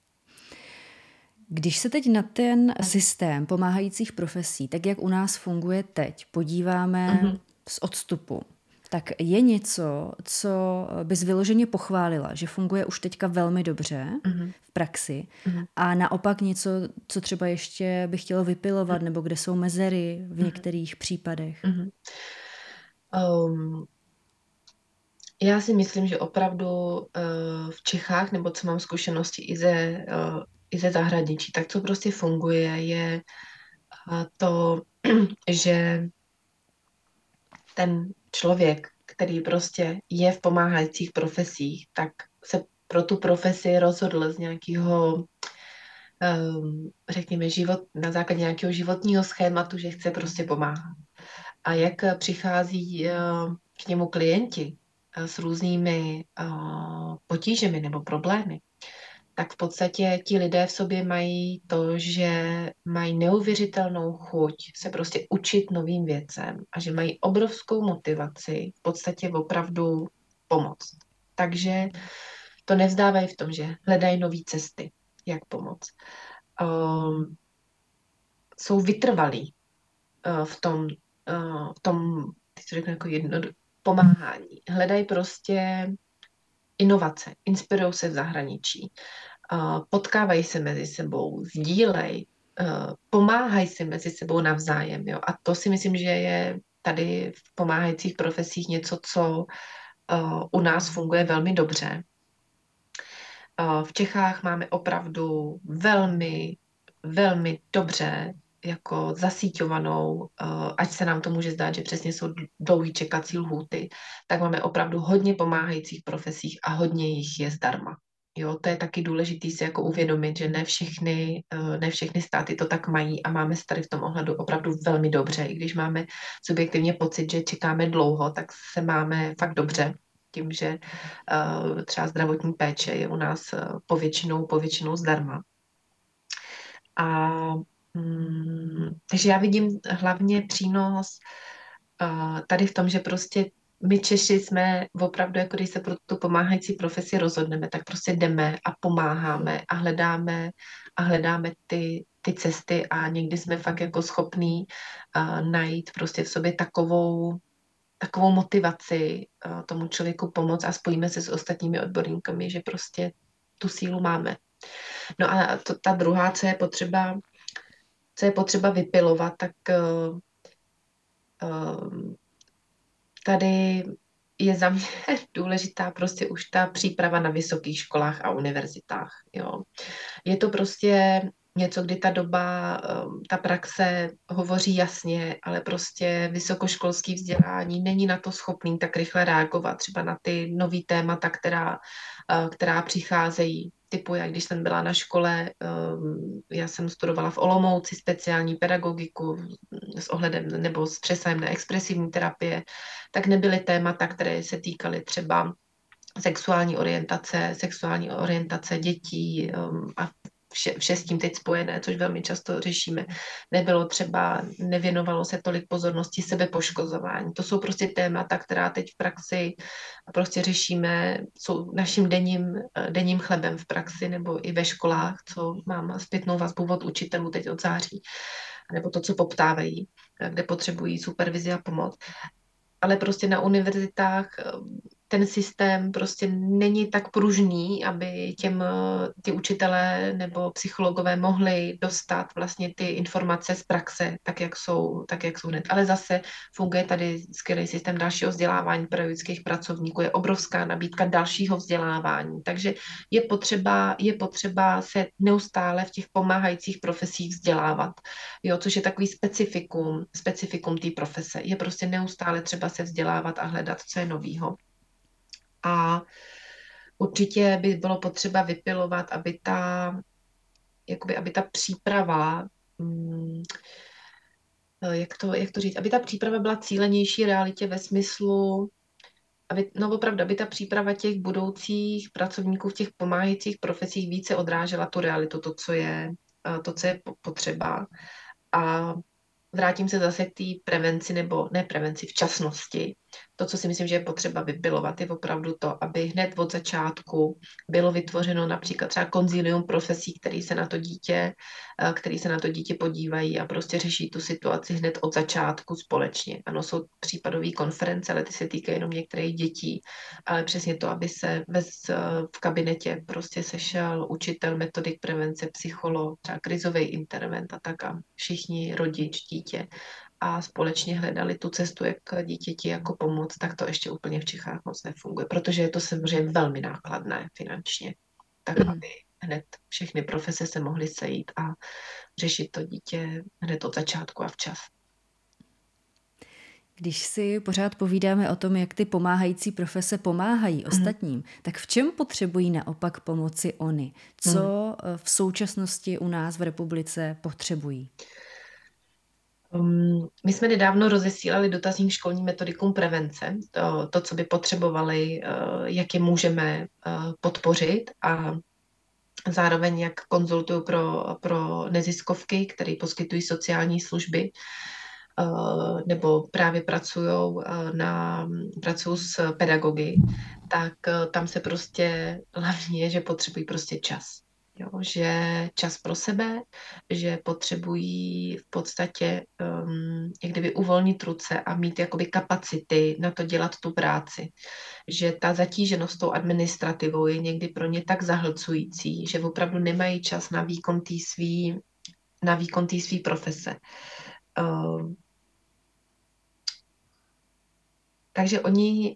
Když se teď na ten systém pomáhajících profesí, tak jak u nás funguje teď, podíváme mm. z odstupu, tak je něco, co bys vyloženě pochválila, že funguje už teďka velmi dobře mm. v praxi mm. a naopak něco, co třeba ještě bych chtělo vypilovat, mm. nebo kde jsou mezery v některých mm. případech? Mm. Um, já si myslím, že opravdu uh, v Čechách, nebo co mám zkušenosti i ze, uh, i ze zahraničí, tak co prostě funguje, je uh, to, že ten člověk, který prostě je v pomáhajících profesích, tak se pro tu profesi rozhodl z nějakého, um, řekněme, život, na základě nějakého životního schématu, že chce prostě pomáhat. A jak přichází uh, k němu klienti, s různými uh, potížemi nebo problémy, tak v podstatě ti lidé v sobě mají to, že mají neuvěřitelnou chuť se prostě učit novým věcem a že mají obrovskou motivaci v podstatě opravdu pomoct. Takže to nevzdávají v tom, že hledají nové cesty, jak pomoct. Um, jsou vytrvalí uh, v tom, uh, v tom, teď to řeknu jako jedno, pomáhání. Hledají prostě inovace, inspirují se v zahraničí, uh, potkávají se mezi sebou, sdílej, uh, pomáhají si mezi sebou navzájem. Jo? A to si myslím, že je tady v pomáhajících profesích něco, co uh, u nás funguje velmi dobře. Uh, v Čechách máme opravdu velmi, velmi dobře jako zasíťovanou, uh, ať se nám to může zdát, že přesně jsou dlouhý čekací lhůty, tak máme opravdu hodně pomáhajících profesích a hodně jich je zdarma. Jo, to je taky důležité si jako uvědomit, že ne všechny, uh, ne všechny státy to tak mají a máme se tady v tom ohledu opravdu velmi dobře. I když máme subjektivně pocit, že čekáme dlouho, tak se máme fakt dobře. Tím, že uh, třeba zdravotní péče je u nás uh, povětšinou, povětšinou zdarma. A mm, takže já vidím hlavně přínos uh, tady v tom, že prostě my Češi jsme opravdu, jako když se pro tu pomáhající profesi rozhodneme, tak prostě jdeme a pomáháme a hledáme a hledáme ty, ty cesty a někdy jsme fakt jako schopní uh, najít prostě v sobě takovou takovou motivaci uh, tomu člověku pomoct a spojíme se s ostatními odborníkami, že prostě tu sílu máme. No a to, ta druhá, co je potřeba, co je potřeba vypilovat, tak uh, uh, tady je za mě důležitá prostě už ta příprava na vysokých školách a univerzitách. Jo. Je to prostě něco, kdy ta doba, ta praxe hovoří jasně, ale prostě vysokoškolské vzdělání není na to schopný tak rychle reagovat, třeba na ty nový témata, která, která přicházejí. Typu, jak když jsem byla na škole, já jsem studovala v Olomouci speciální pedagogiku s ohledem nebo s přesahem na expresivní terapie, tak nebyly témata, které se týkaly třeba sexuální orientace, sexuální orientace dětí um, a vše, vše s tím teď spojené, což velmi často řešíme. Nebylo třeba, nevěnovalo se tolik pozornosti sebepoškozování. To jsou prostě témata, která teď v praxi prostě řešíme, jsou naším denním, denním chlebem v praxi nebo i ve školách, co mám zpětnou vazbu od učitelů teď od září, nebo to, co poptávají, kde potřebují supervizi a pomoc. Ale prostě na univerzitách ten systém prostě není tak pružný, aby těm ty učitelé nebo psychologové mohli dostat vlastně ty informace z praxe, tak jak jsou, tak jak jsou hned. Ale zase funguje tady skvělý systém dalšího vzdělávání pedagogických pracovníků, je obrovská nabídka dalšího vzdělávání, takže je potřeba, je potřeba se neustále v těch pomáhajících profesích vzdělávat, jo, což je takový specifikum, specifikum té profese. Je prostě neustále třeba se vzdělávat a hledat, co je novýho. A určitě by bylo potřeba vypilovat, aby ta, jakoby, aby ta příprava, hmm, jak to, jak to říct, aby ta příprava byla cílenější realitě ve smyslu, aby, no opravdu, aby ta příprava těch budoucích pracovníků v těch pomáhajících profesích více odrážela tu realitu, to, co je, to, co je potřeba. A vrátím se zase k té prevenci, nebo ne prevenci, včasnosti. To, co si myslím, že je potřeba vypilovat, je opravdu to, aby hned od začátku bylo vytvořeno například třeba konzilium profesí, který se na to dítě, který se na to dítě podívají a prostě řeší tu situaci hned od začátku společně. Ano, jsou případové konference, ale ty se týkají jenom některých dětí, ale přesně to, aby se bez, v kabinetě prostě sešel učitel metodik prevence, psycholog, třeba krizový intervent a tak a všichni rodič, dítě a společně hledali tu cestu, jak dítěti jako pomoct, tak to ještě úplně v Čechách moc nefunguje, protože je to samozřejmě velmi nákladné finančně. Tak mm. aby hned všechny profese se mohly sejít a řešit to dítě hned od začátku a včas. Když si pořád povídáme o tom, jak ty pomáhající profese pomáhají ostatním, mm. tak v čem potřebují naopak pomoci oni? Co mm. v současnosti u nás v republice potřebují? Um, my jsme nedávno rozesílali dotazník školní metodikum prevence, to, to co by potřebovali, uh, jak je můžeme uh, podpořit a zároveň jak konzultuju pro, pro neziskovky, které poskytují sociální služby, uh, nebo právě pracují uh, na, pracují s pedagogy, tak uh, tam se prostě hlavně je, že potřebují prostě čas. Jo, že čas pro sebe, že potřebují v podstatě um, jak kdyby uvolnit ruce a mít jakoby kapacity na to dělat tu práci. Že ta zatíženost tou administrativou je někdy pro ně tak zahlcující, že opravdu nemají čas na výkon té svý, na výkon té svý profese. Uh, takže oni,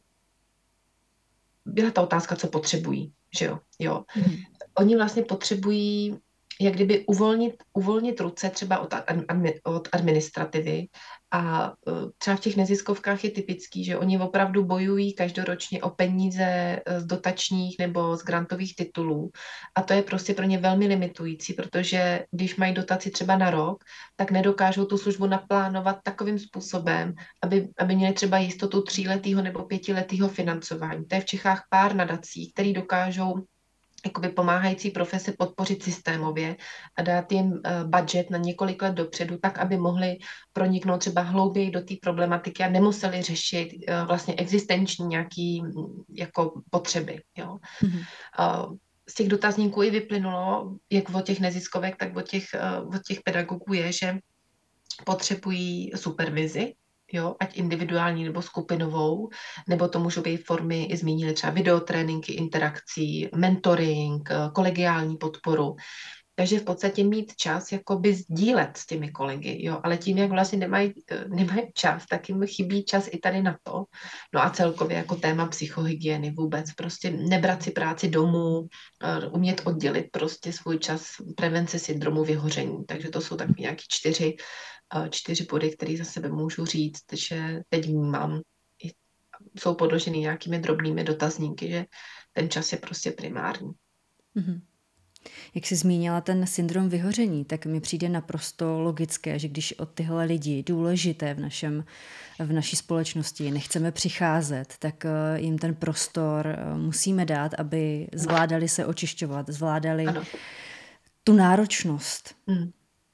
byla ta otázka, co potřebují, že jo, jo. Mhm. Oni vlastně potřebují jak kdyby uvolnit, uvolnit ruce třeba od, admi, od administrativy a uh, třeba v těch neziskovkách je typický, že oni opravdu bojují každoročně o peníze z dotačních nebo z grantových titulů a to je prostě pro ně velmi limitující, protože když mají dotaci třeba na rok, tak nedokážou tu službu naplánovat takovým způsobem, aby, aby měli třeba jistotu tříletého nebo pětiletého financování. To je v Čechách pár nadací, které dokážou jakoby pomáhající profese podpořit systémově a dát jim eh, budget na několik let dopředu, tak, aby mohli proniknout třeba hlouběji do té problematiky a nemuseli řešit eh, vlastně existenční nějaký mm, jako potřeby. Jo. Mhm. Eh, Z těch dotazníků i vyplynulo, jak od těch neziskovek, tak od těch, eh, od těch pedagogů je, že potřebují supervizi, jo, ať individuální nebo skupinovou, nebo to můžou být formy, i zmínili třeba videotréninky, interakcí, mentoring, eh, kolegiální podporu. Takže v podstatě mít čas jakoby sdílet s těmi kolegy, jo, ale tím, jak vlastně nemají, eh, nemají čas, tak jim chybí čas i tady na to. No a celkově jako téma psychohygieny vůbec, prostě nebrat si práci domů, eh, umět oddělit prostě svůj čas prevence syndromu vyhoření. Takže to jsou taky nějaký čtyři eh, čtyři body, které za sebe můžu říct, že teď vnímám, i- jsou podloženy nějakými drobnými dotazníky, že ten čas je prostě primární. Mhm. Jak jsi zmínila ten syndrom vyhoření, tak mi přijde naprosto logické, že když od tyhle lidi důležité v, našem, v naší společnosti nechceme přicházet, tak eh, jim ten prostor eh, musíme dát, aby zvládali se očišťovat, zvládali Ano. tu náročnost. Hmm.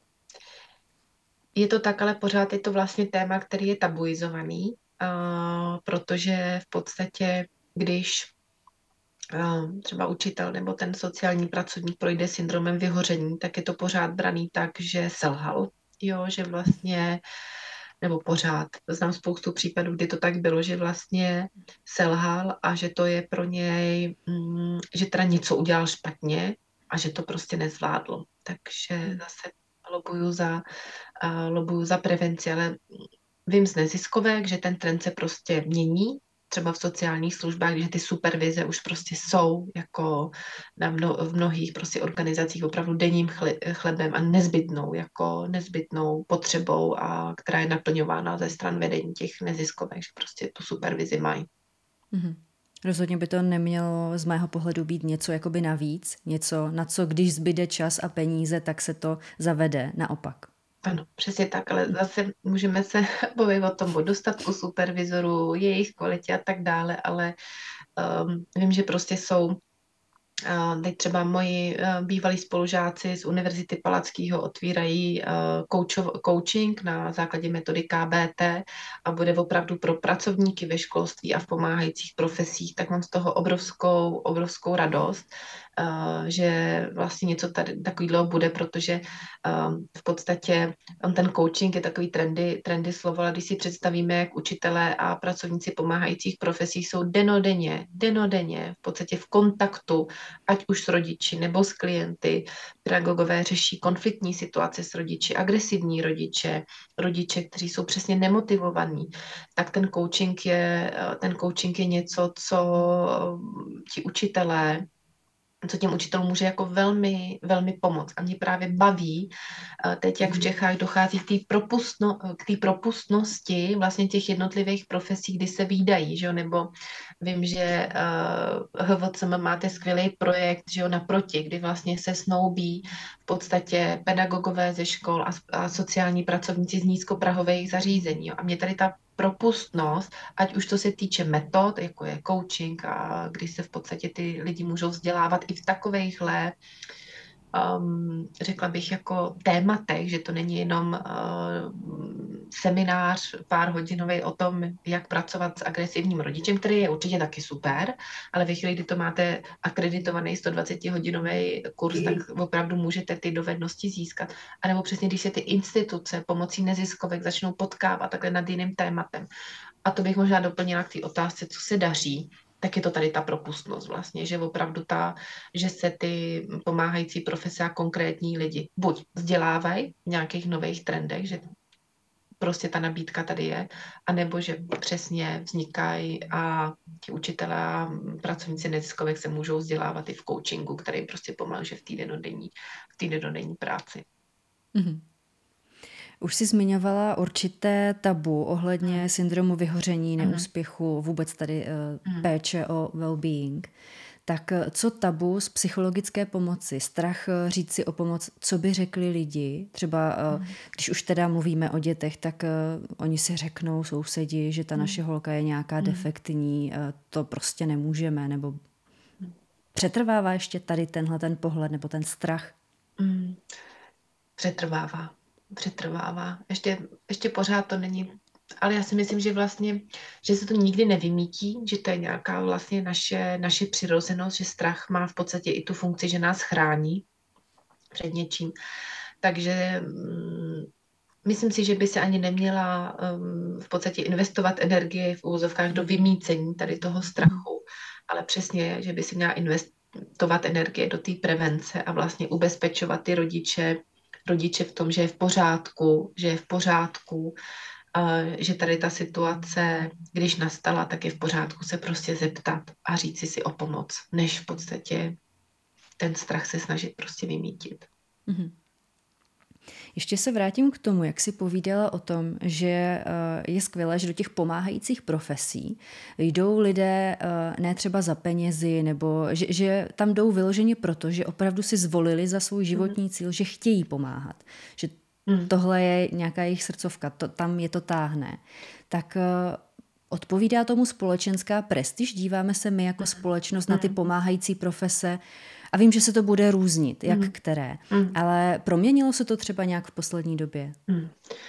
Je to tak, ale pořád je to vlastně téma, který je tabuizovaný, uh, protože v podstatě, když uh, třeba učitel nebo ten sociální pracovník projde syndromem vyhoření, tak je to pořád braný tak, že selhal, jo, že vlastně, nebo pořád, znám spoustu případů, kdy to tak bylo, že vlastně selhal a že to je pro něj, mm, že teda něco udělal špatně a že to prostě nezvládlo. Takže zase lobuju za a lobuju za prevenci, ale vím z neziskovek, že ten trend se prostě mění, třeba v sociálních službách, že ty supervize už prostě jsou jako na mno, v mnohých prostě organizacích opravdu denním chle, chlebem a nezbytnou, jako nezbytnou potřebou, a která je naplňována ze stran vedení těch neziskovek, že prostě tu supervizi mají. Mhm. Rozhodně by to nemělo z mého pohledu být něco jakoby navíc, něco, na co když zbyde čas a peníze, tak se to zavede naopak. Ano, přesně tak, ale zase můžeme se bavit o tom, o dostatku supervizorů, jejich kvalitě a tak dále, ale um, vím, že prostě jsou Uh, teď třeba moji uh, bývalí spolužáci z Univerzity Palackého otvírají uh, coachov, coaching na základě metody K B T a bude opravdu pro pracovníky ve školství a v pomáhajících profesích, tak mám z toho obrovskou, obrovskou radost, uh, že vlastně něco tady takového bude, protože um, v podstatě on ten coaching je takový trendy, trendy slovo, ale když si představíme, jak učitelé a pracovníci pomáhajících profesích jsou denodenně, denodenně v podstatě v kontaktu, ať už s rodiči nebo s klienty. Pedagogové řeší konfliktní situace s rodiči, agresivní rodiče, rodiče, kteří jsou přesně nemotivovaní, tak ten coaching je, ten coaching je něco, co ti učitelé co těm učitelům může jako velmi, velmi pomoct. A mě právě baví teď, jak v Čechách dochází k té propustno, k té propustnosti vlastně těch jednotlivých profesí, kdy se vídají, že jo, nebo vím, že uh, H V C M máte skvělý projekt, že jo, naproti, kdy vlastně se snoubí v podstatě pedagogové ze škol a, a sociální pracovníci z nízkoprahových zařízení. Jo. A mě tady ta propustnost, ať už to se týče metod, jako je coaching, a kdy se v podstatě ty lidi můžou vzdělávat i v takovejchhle um, řekla bych, jako tématech, že to není jenom uh, seminář pár hodinový o tom, jak pracovat s agresivním rodičem, který je určitě taky super, ale ve chvíli, kdy to máte akreditovaný sto dvacet hodinový kurz, tak opravdu můžete ty dovednosti získat. A nebo přesně, když se ty instituce pomocí neziskovek začnou potkávat takhle nad jiným tématem. A to bych možná doplnila k té otázce, co se daří, tak je to tady ta propustnost vlastně, že opravdu ta, že se ty pomáhající profese a konkrétní lidi buď vzdělávají v nějakých nových trendech, že prostě ta nabídka tady je, anebo že přesně vznikají a ti učitelé a pracovníci neziskovek se můžou vzdělávat i v coachingu, který prostě pomůže v té denodenní, v té denodenní práci. Mm-hmm. Už jsi zmiňovala určité tabu ohledně syndromu vyhoření, neúspěchu, vůbec tady uh, péče o well-being. Tak co tabu z psychologické pomoci? Strach říct si o pomoc, co by řekli lidi? Třeba uh, když už teda mluvíme o dětech, tak uh, oni si řeknou sousedi, že ta naše holka je nějaká defektní, uh, to prostě nemůžeme, nebo přetrvává ještě tady tenhle ten pohled nebo ten strach? Mm. Přetrvává. Přetrvává. Ještě, ještě pořád to není, ale já si myslím, že vlastně, že se to nikdy nevymítí, že to je nějaká vlastně naše, naše přirozenost, že strach má v podstatě i tu funkci, že nás chrání před něčím. Takže um, myslím si, že by se ani neměla um, v podstatě investovat energie v úvozovkách do vymícení tady toho strachu, ale přesně, že by se měla investovat energie do té prevence a vlastně ubezpečovat ty rodiče, rodiče v tom, že je v pořádku, že je v pořádku, že tady ta situace, když nastala, tak je v pořádku se prostě zeptat a říct si o pomoc, než v podstatě ten strach se snažit prostě vymítit. Mm-hmm. Ještě se vrátím k tomu, jak jsi povídala o tom, že je skvělé, že do těch pomáhajících profesí jdou lidé ne třeba za penězi, nebo že, že tam jdou vyloženě proto, že opravdu si zvolili za svůj životní cíl, že chtějí pomáhat. Že tohle je nějaká jejich srdcovka, to, tam je to táhne. Tak odpovídá tomu společenská prestiž? Díváme se my jako společnost na ty pomáhající profese a vím, že se to bude různit, jak mm. které. Mm. Ale proměnilo se to třeba nějak v poslední době? Mm.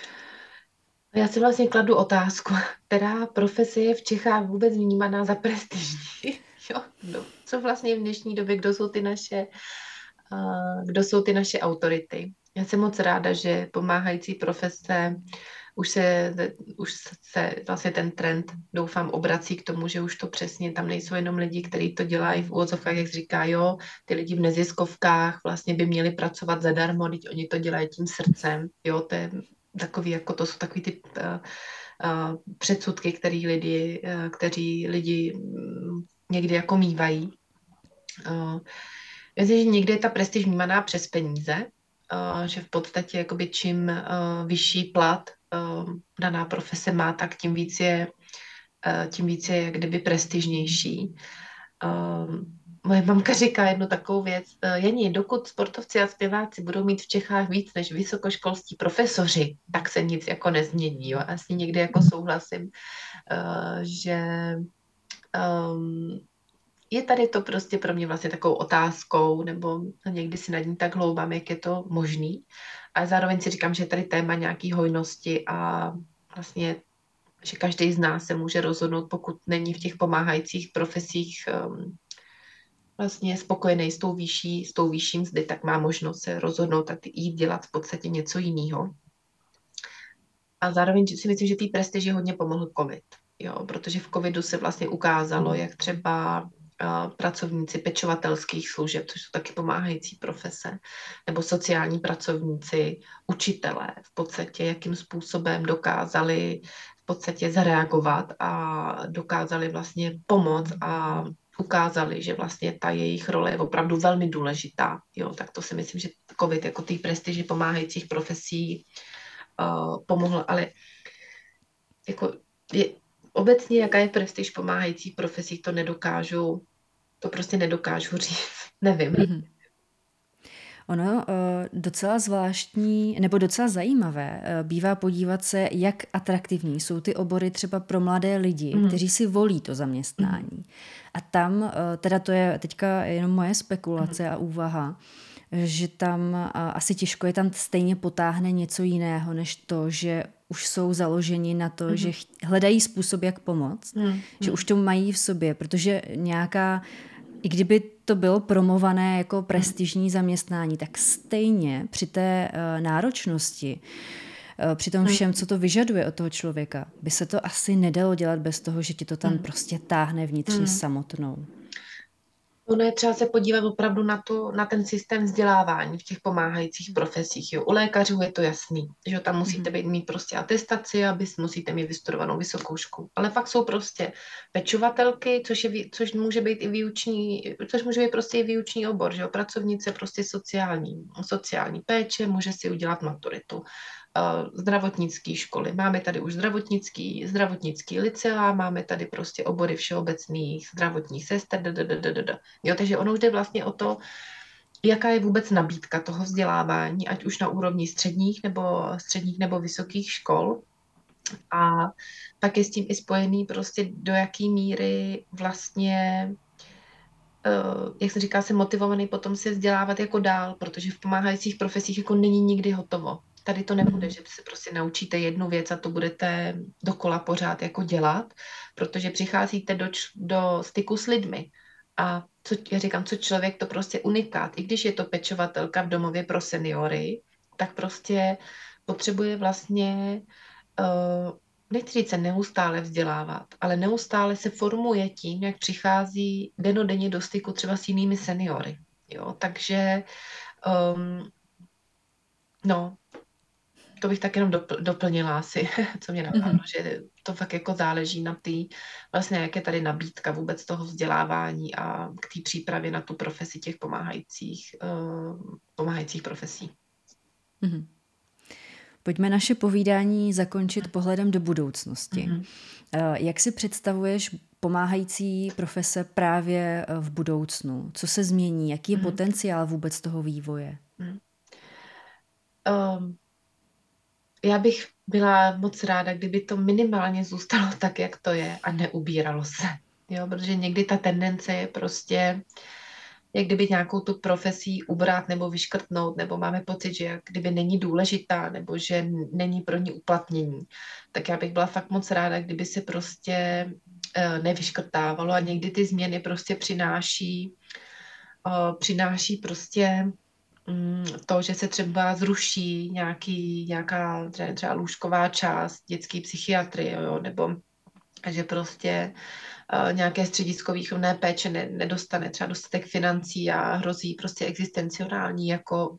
Já si vlastně kladu otázku, která profese je v Čechách vůbec vnímaná za prestižní. Jo? No, co vlastně v dnešní době, kdo jsou ty naše, uh, kdo jsou ty naše autority? Já jsem moc ráda, že pomáhající profese už se, už se vlastně ten trend, doufám, obrací k tomu, že už to přesně, tam nejsou jenom lidi, kteří to dělají v úvodzovkách, jak říká, jo, ty lidi v neziskovkách vlastně by měli pracovat zadarmo, teď oni to dělají tím srdcem, jo, to je takový, jako to jsou takový ty uh, uh, předsudky, který lidi, uh, kteří lidi um, někdy jako mývají. Uh, Myslím, že někdy je ta prestiž vnímaná přes peníze, uh, že v podstatě jakoby čím uh, vyšší plat uh, daná profese má, tak tím víc je, uh, tím víc je jak kdyby prestižnější. Uh, moje mamka říká jednu takovou věc. Uh, Jani, dokud sportovci a zpěváci budou mít v Čechách víc než vysokoškolští profesoři, tak se nic jako nezmění. Jo? Asi někdy jako souhlasím, uh, že um, je tady to prostě pro mě vlastně takovou otázkou, nebo někdy si nad ní tak hloubám, jak je to možný. A zároveň si říkám, že je tady téma nějaký hojnosti a vlastně, že každý z nás se může rozhodnout, pokud není v těch pomáhajících profesích um, vlastně spokojený s tou výší, s tou výší mzdy, tak má možnost se rozhodnout a jít dělat v podstatě něco jiného. A zároveň si myslím, že té prestiži hodně pomohl covid, jo, protože v covidu se vlastně ukázalo, jak třeba pracovníci pečovatelských služeb, což jsou taky pomáhající profese, nebo sociální pracovníci, učitelé v podstatě, jakým způsobem dokázali v podstatě zareagovat a dokázali vlastně pomoct a ukázali, že vlastně ta jejich role je opravdu velmi důležitá. Jo, tak to si myslím, že COVID jako té prestiži pomáhajících profesí uh, pomohl, ale jako je, obecně jaká je prestiž pomáhajících profesí, to nedokážu, to prostě nedokážu říct, nevím. Mm-hmm. Ono uh, docela zvláštní, nebo docela zajímavé uh, bývá podívat se, jak atraktivní jsou ty obory třeba pro mladé lidi, mm. kteří si volí to zaměstnání. Mm. A tam, uh, teda to je teďka jenom moje spekulace mm. a úvaha, že tam uh, asi těžko je tam stejně potáhne něco jiného, než to, že už jsou založeni na to, mm. že hledají způsob, jak pomoct, mm. že už to mají v sobě, protože nějaká i kdyby to bylo promované jako prestižní zaměstnání, tak stejně při té uh, náročnosti, uh, při tom všem, co to vyžaduje od toho člověka, by se to asi nedalo dělat bez toho, že ti to tam prostě táhne vnitřně samotnou. Ono je třeba se podívat opravdu na, tu, na ten systém vzdělávání v těch pomáhajících profesích. Jo. U lékařů je to jasný, že tam musíte být, mít prostě atestaci, aby musíte mít vystudovanou vysokou školu. Ale fakt jsou prostě pečovatelky, což, je, což může být i výuční, což může být prostě i výuční obor, že jo. Pracovnice prostě sociální, sociální péče, může si udělat maturitu. Zdravotnické školy. Máme tady už zdravotnický, zdravotnický licea, máme tady prostě obory všeobecných zdravotních sester, dadadadadada. Jo, takže ono už jde vlastně o to, jaká je vůbec nabídka toho vzdělávání, ať už na úrovni středních nebo středních nebo vysokých škol. A pak je s tím i spojený prostě do jaký míry vlastně jak se říká, se motivovaný potom se vzdělávat jako dál, protože v pomáhajících profesích jako není nikdy hotovo. Tady to nebude, že se prostě naučíte jednu věc a to budete dokola pořád jako dělat, protože přicházíte do, do styku s lidmi. A co, já říkám, co člověk, to prostě unikát. I když je to pečovatelka v domově pro seniory, tak prostě potřebuje vlastně uh, nechci říct se neustále vzdělávat, ale neustále se formuje tím, jak přichází denodenně do styku třeba s jinými seniory. Jo? Takže um, no, to bych tak jenom dopl- doplnila asi, co mě napadlo, mm-hmm. že to fakt jako záleží na té, vlastně jak je tady nabídka vůbec toho vzdělávání a k té přípravě na tu profesi těch pomáhajících, uh, pomáhajících profesí. Mm-hmm. Pojďme naše povídání zakončit pohledem do budoucnosti. Mm-hmm. Jak si představuješ pomáhající profese právě v budoucnu? Co se změní? Jaký je mm-hmm. potenciál vůbec toho vývoje? Mm. Um, já bych byla moc ráda, kdyby to minimálně zůstalo tak, jak to je a neubíralo se. Jo, protože někdy ta tendence je prostě jak kdyby nějakou tu profesí ubrat nebo vyškrtnout, nebo máme pocit, že jak kdyby není důležitá, nebo že není pro ní uplatnění. Tak já bych byla fakt moc ráda, kdyby se prostě uh, nevyškrtávalo a někdy ty změny prostě přináší, uh, přináší prostě um, to, že se třeba zruší nějaký, nějaká třeba, třeba lůžková část dětské psychiatrie, jo, nebo že prostě uh, nějaké středisko výchovné péče ne, nedostane třeba dostatek financí a hrozí prostě existenciální jako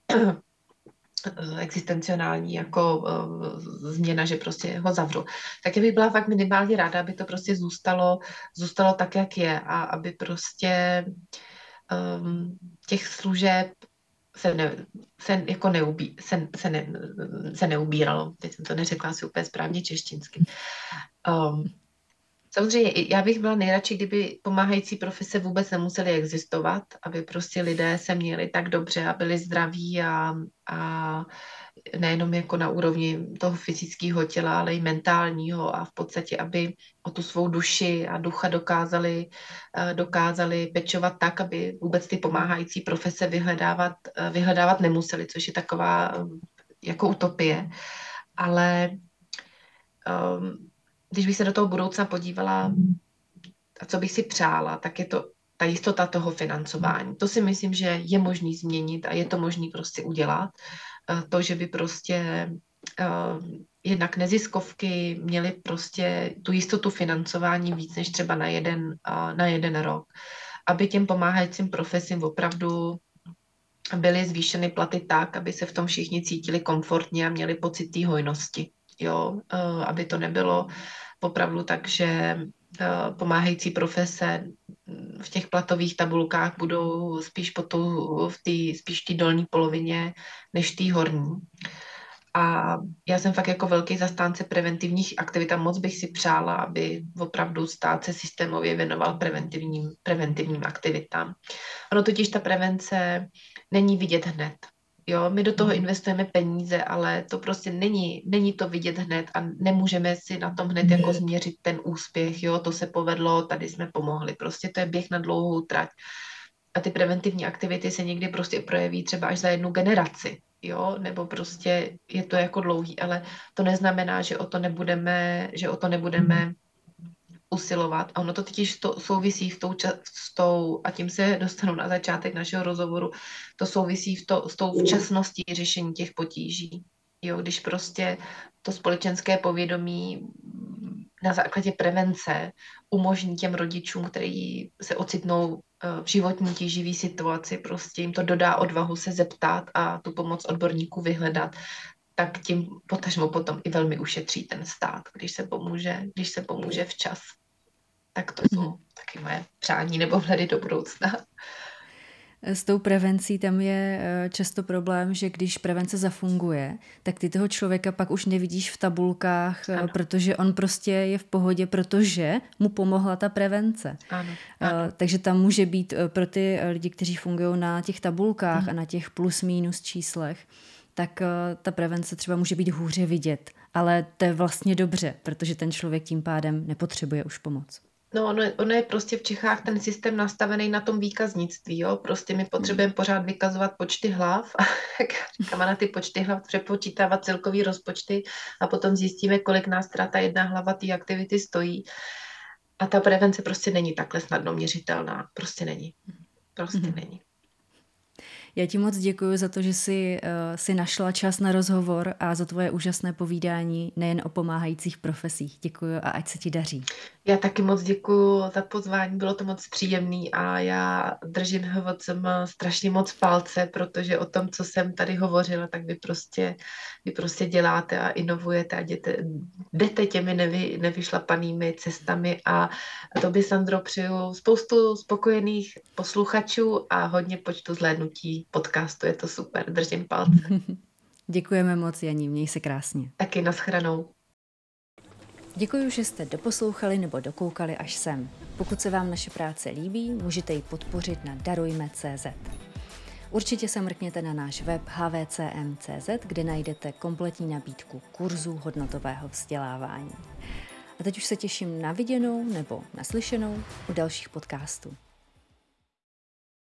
existenciální jako uh, změna, že prostě ho zavřu. Tak já bych byla fakt minimálně ráda, aby to prostě zůstalo, zůstalo tak, jak je a aby prostě um, těch služeb se, ne, se jako neubí, se, se, ne, se neubíralo. Teď jsem to neřekla asi úplně správně češtinsky. Um, Samozřejmě, já bych byla nejradši, kdyby pomáhající profese vůbec nemusely existovat, aby prostě lidé se měli tak dobře a byli zdraví a, a nejenom jako na úrovni toho fyzického těla, ale i mentálního a v podstatě, aby o tu svou duši a ducha dokázali, dokázali pečovat tak, aby vůbec ty pomáhající profese vyhledávat, vyhledávat nemuseli, což je taková jako utopie. Ale um, když bych se do toho budoucna podívala a co bych si přála, tak je to ta jistota toho financování. To si myslím, že je možný změnit a je to možný prostě udělat. To, že by prostě uh, jednak neziskovky měly prostě tu jistotu financování víc než třeba na jeden, uh, na jeden rok. Aby těm pomáhajícím profesím opravdu byly zvýšeny platy tak, aby se v tom všichni cítili komfortně a měli pocit té hojnosti. Jo, uh, aby to nebylo opravdu tak, že uh, pomáhající profese v těch platových tabulkách budou spíš po tou, v té spíš té dolní polovině než té horní. A já jsem fakt jako velký zastánce preventivních aktivit a moc bych si přála, aby opravdu stát se systémově věnoval preventivním, preventivním aktivitám. Ono totiž ta prevence není vidět hned. Jo, my do toho investujeme peníze, ale to prostě není, není to vidět hned a nemůžeme si na tom hned jako změřit ten úspěch, jo, to se povedlo, tady jsme pomohli. Prostě to je běh na dlouhou trať. A ty preventivní aktivity se někdy prostě projeví třeba až za jednu generaci, jo, nebo prostě je to jako dlouhý, ale to neznamená, že o to nebudeme, že o to nebudeme usilovat. A ono to totiž to souvisí v tou, ča- s tou, a tím se dostanu na začátek našeho rozhovoru, to souvisí v to, s tou včasností řešení těch potíží. Jo, když prostě to společenské povědomí na základě prevence umožní těm rodičům, kteří se ocitnou v životní tíživý situaci, prostě jim to dodá odvahu se zeptat a tu pomoc odborníků vyhledat, tak tím potažmo potom i velmi ušetří ten stát, když se pomůže, když se pomůže včas. Tak to jsou taky moje přání nebo vhledy do budoucna. S tou prevencí tam je často problém, že když prevence zafunguje, tak ty toho člověka pak už nevidíš v tabulkách, ano. Protože on prostě je v pohodě, protože mu pomohla ta prevence. Ano, ano. Takže tam může být pro ty lidi, kteří fungují na těch tabulkách hmm. a na těch plus minus číslech, tak ta prevence třeba může být hůře vidět. Ale to je vlastně dobře, protože ten člověk tím pádem nepotřebuje už pomoc. No, ono, ono je prostě v Čechách ten systém nastavený na tom výkaznictví, jo. Prostě my potřebujeme hmm. pořád vykazovat počty hlav a říkám, na ty počty hlav přepočítávat celkový rozpočty a potom zjistíme, kolik nás teda ta jedna hlava té aktivity stojí. A ta prevence prostě není takhle snadno měřitelná. Prostě není. Prostě hmm. není. Já ti moc děkuji za to, že jsi, uh, si našla čas na rozhovor a za tvoje úžasné povídání nejen o pomáhajících profesích. Děkuji a ať se ti daří. Já taky moc děkuji za pozvání, bylo to moc příjemný a já držím H V C M strašně moc palce, protože o tom, co jsem tady hovořila, tak vy prostě, vy prostě děláte a inovujete a jdete, jdete těmi nevy, nevyšlapanými cestami a tobě, Sandro, přeju spoustu spokojených posluchačů a hodně počtu zhlédnutí podcastu, je to super, držím palce. Děkujeme moc, Janí, měj se krásně. Taky nashledanou. Děkuji, že jste doposlouchali nebo dokoukali až sem. Pokud se vám naše práce líbí, můžete ji podpořit na darujme tečka cé zet. Určitě se mrkněte na náš web h v c m tečka cé zet, kde najdete kompletní nabídku kurzů hodnotového vzdělávání. A teď už se těším na viděnou nebo naslyšenou u dalších podcastů.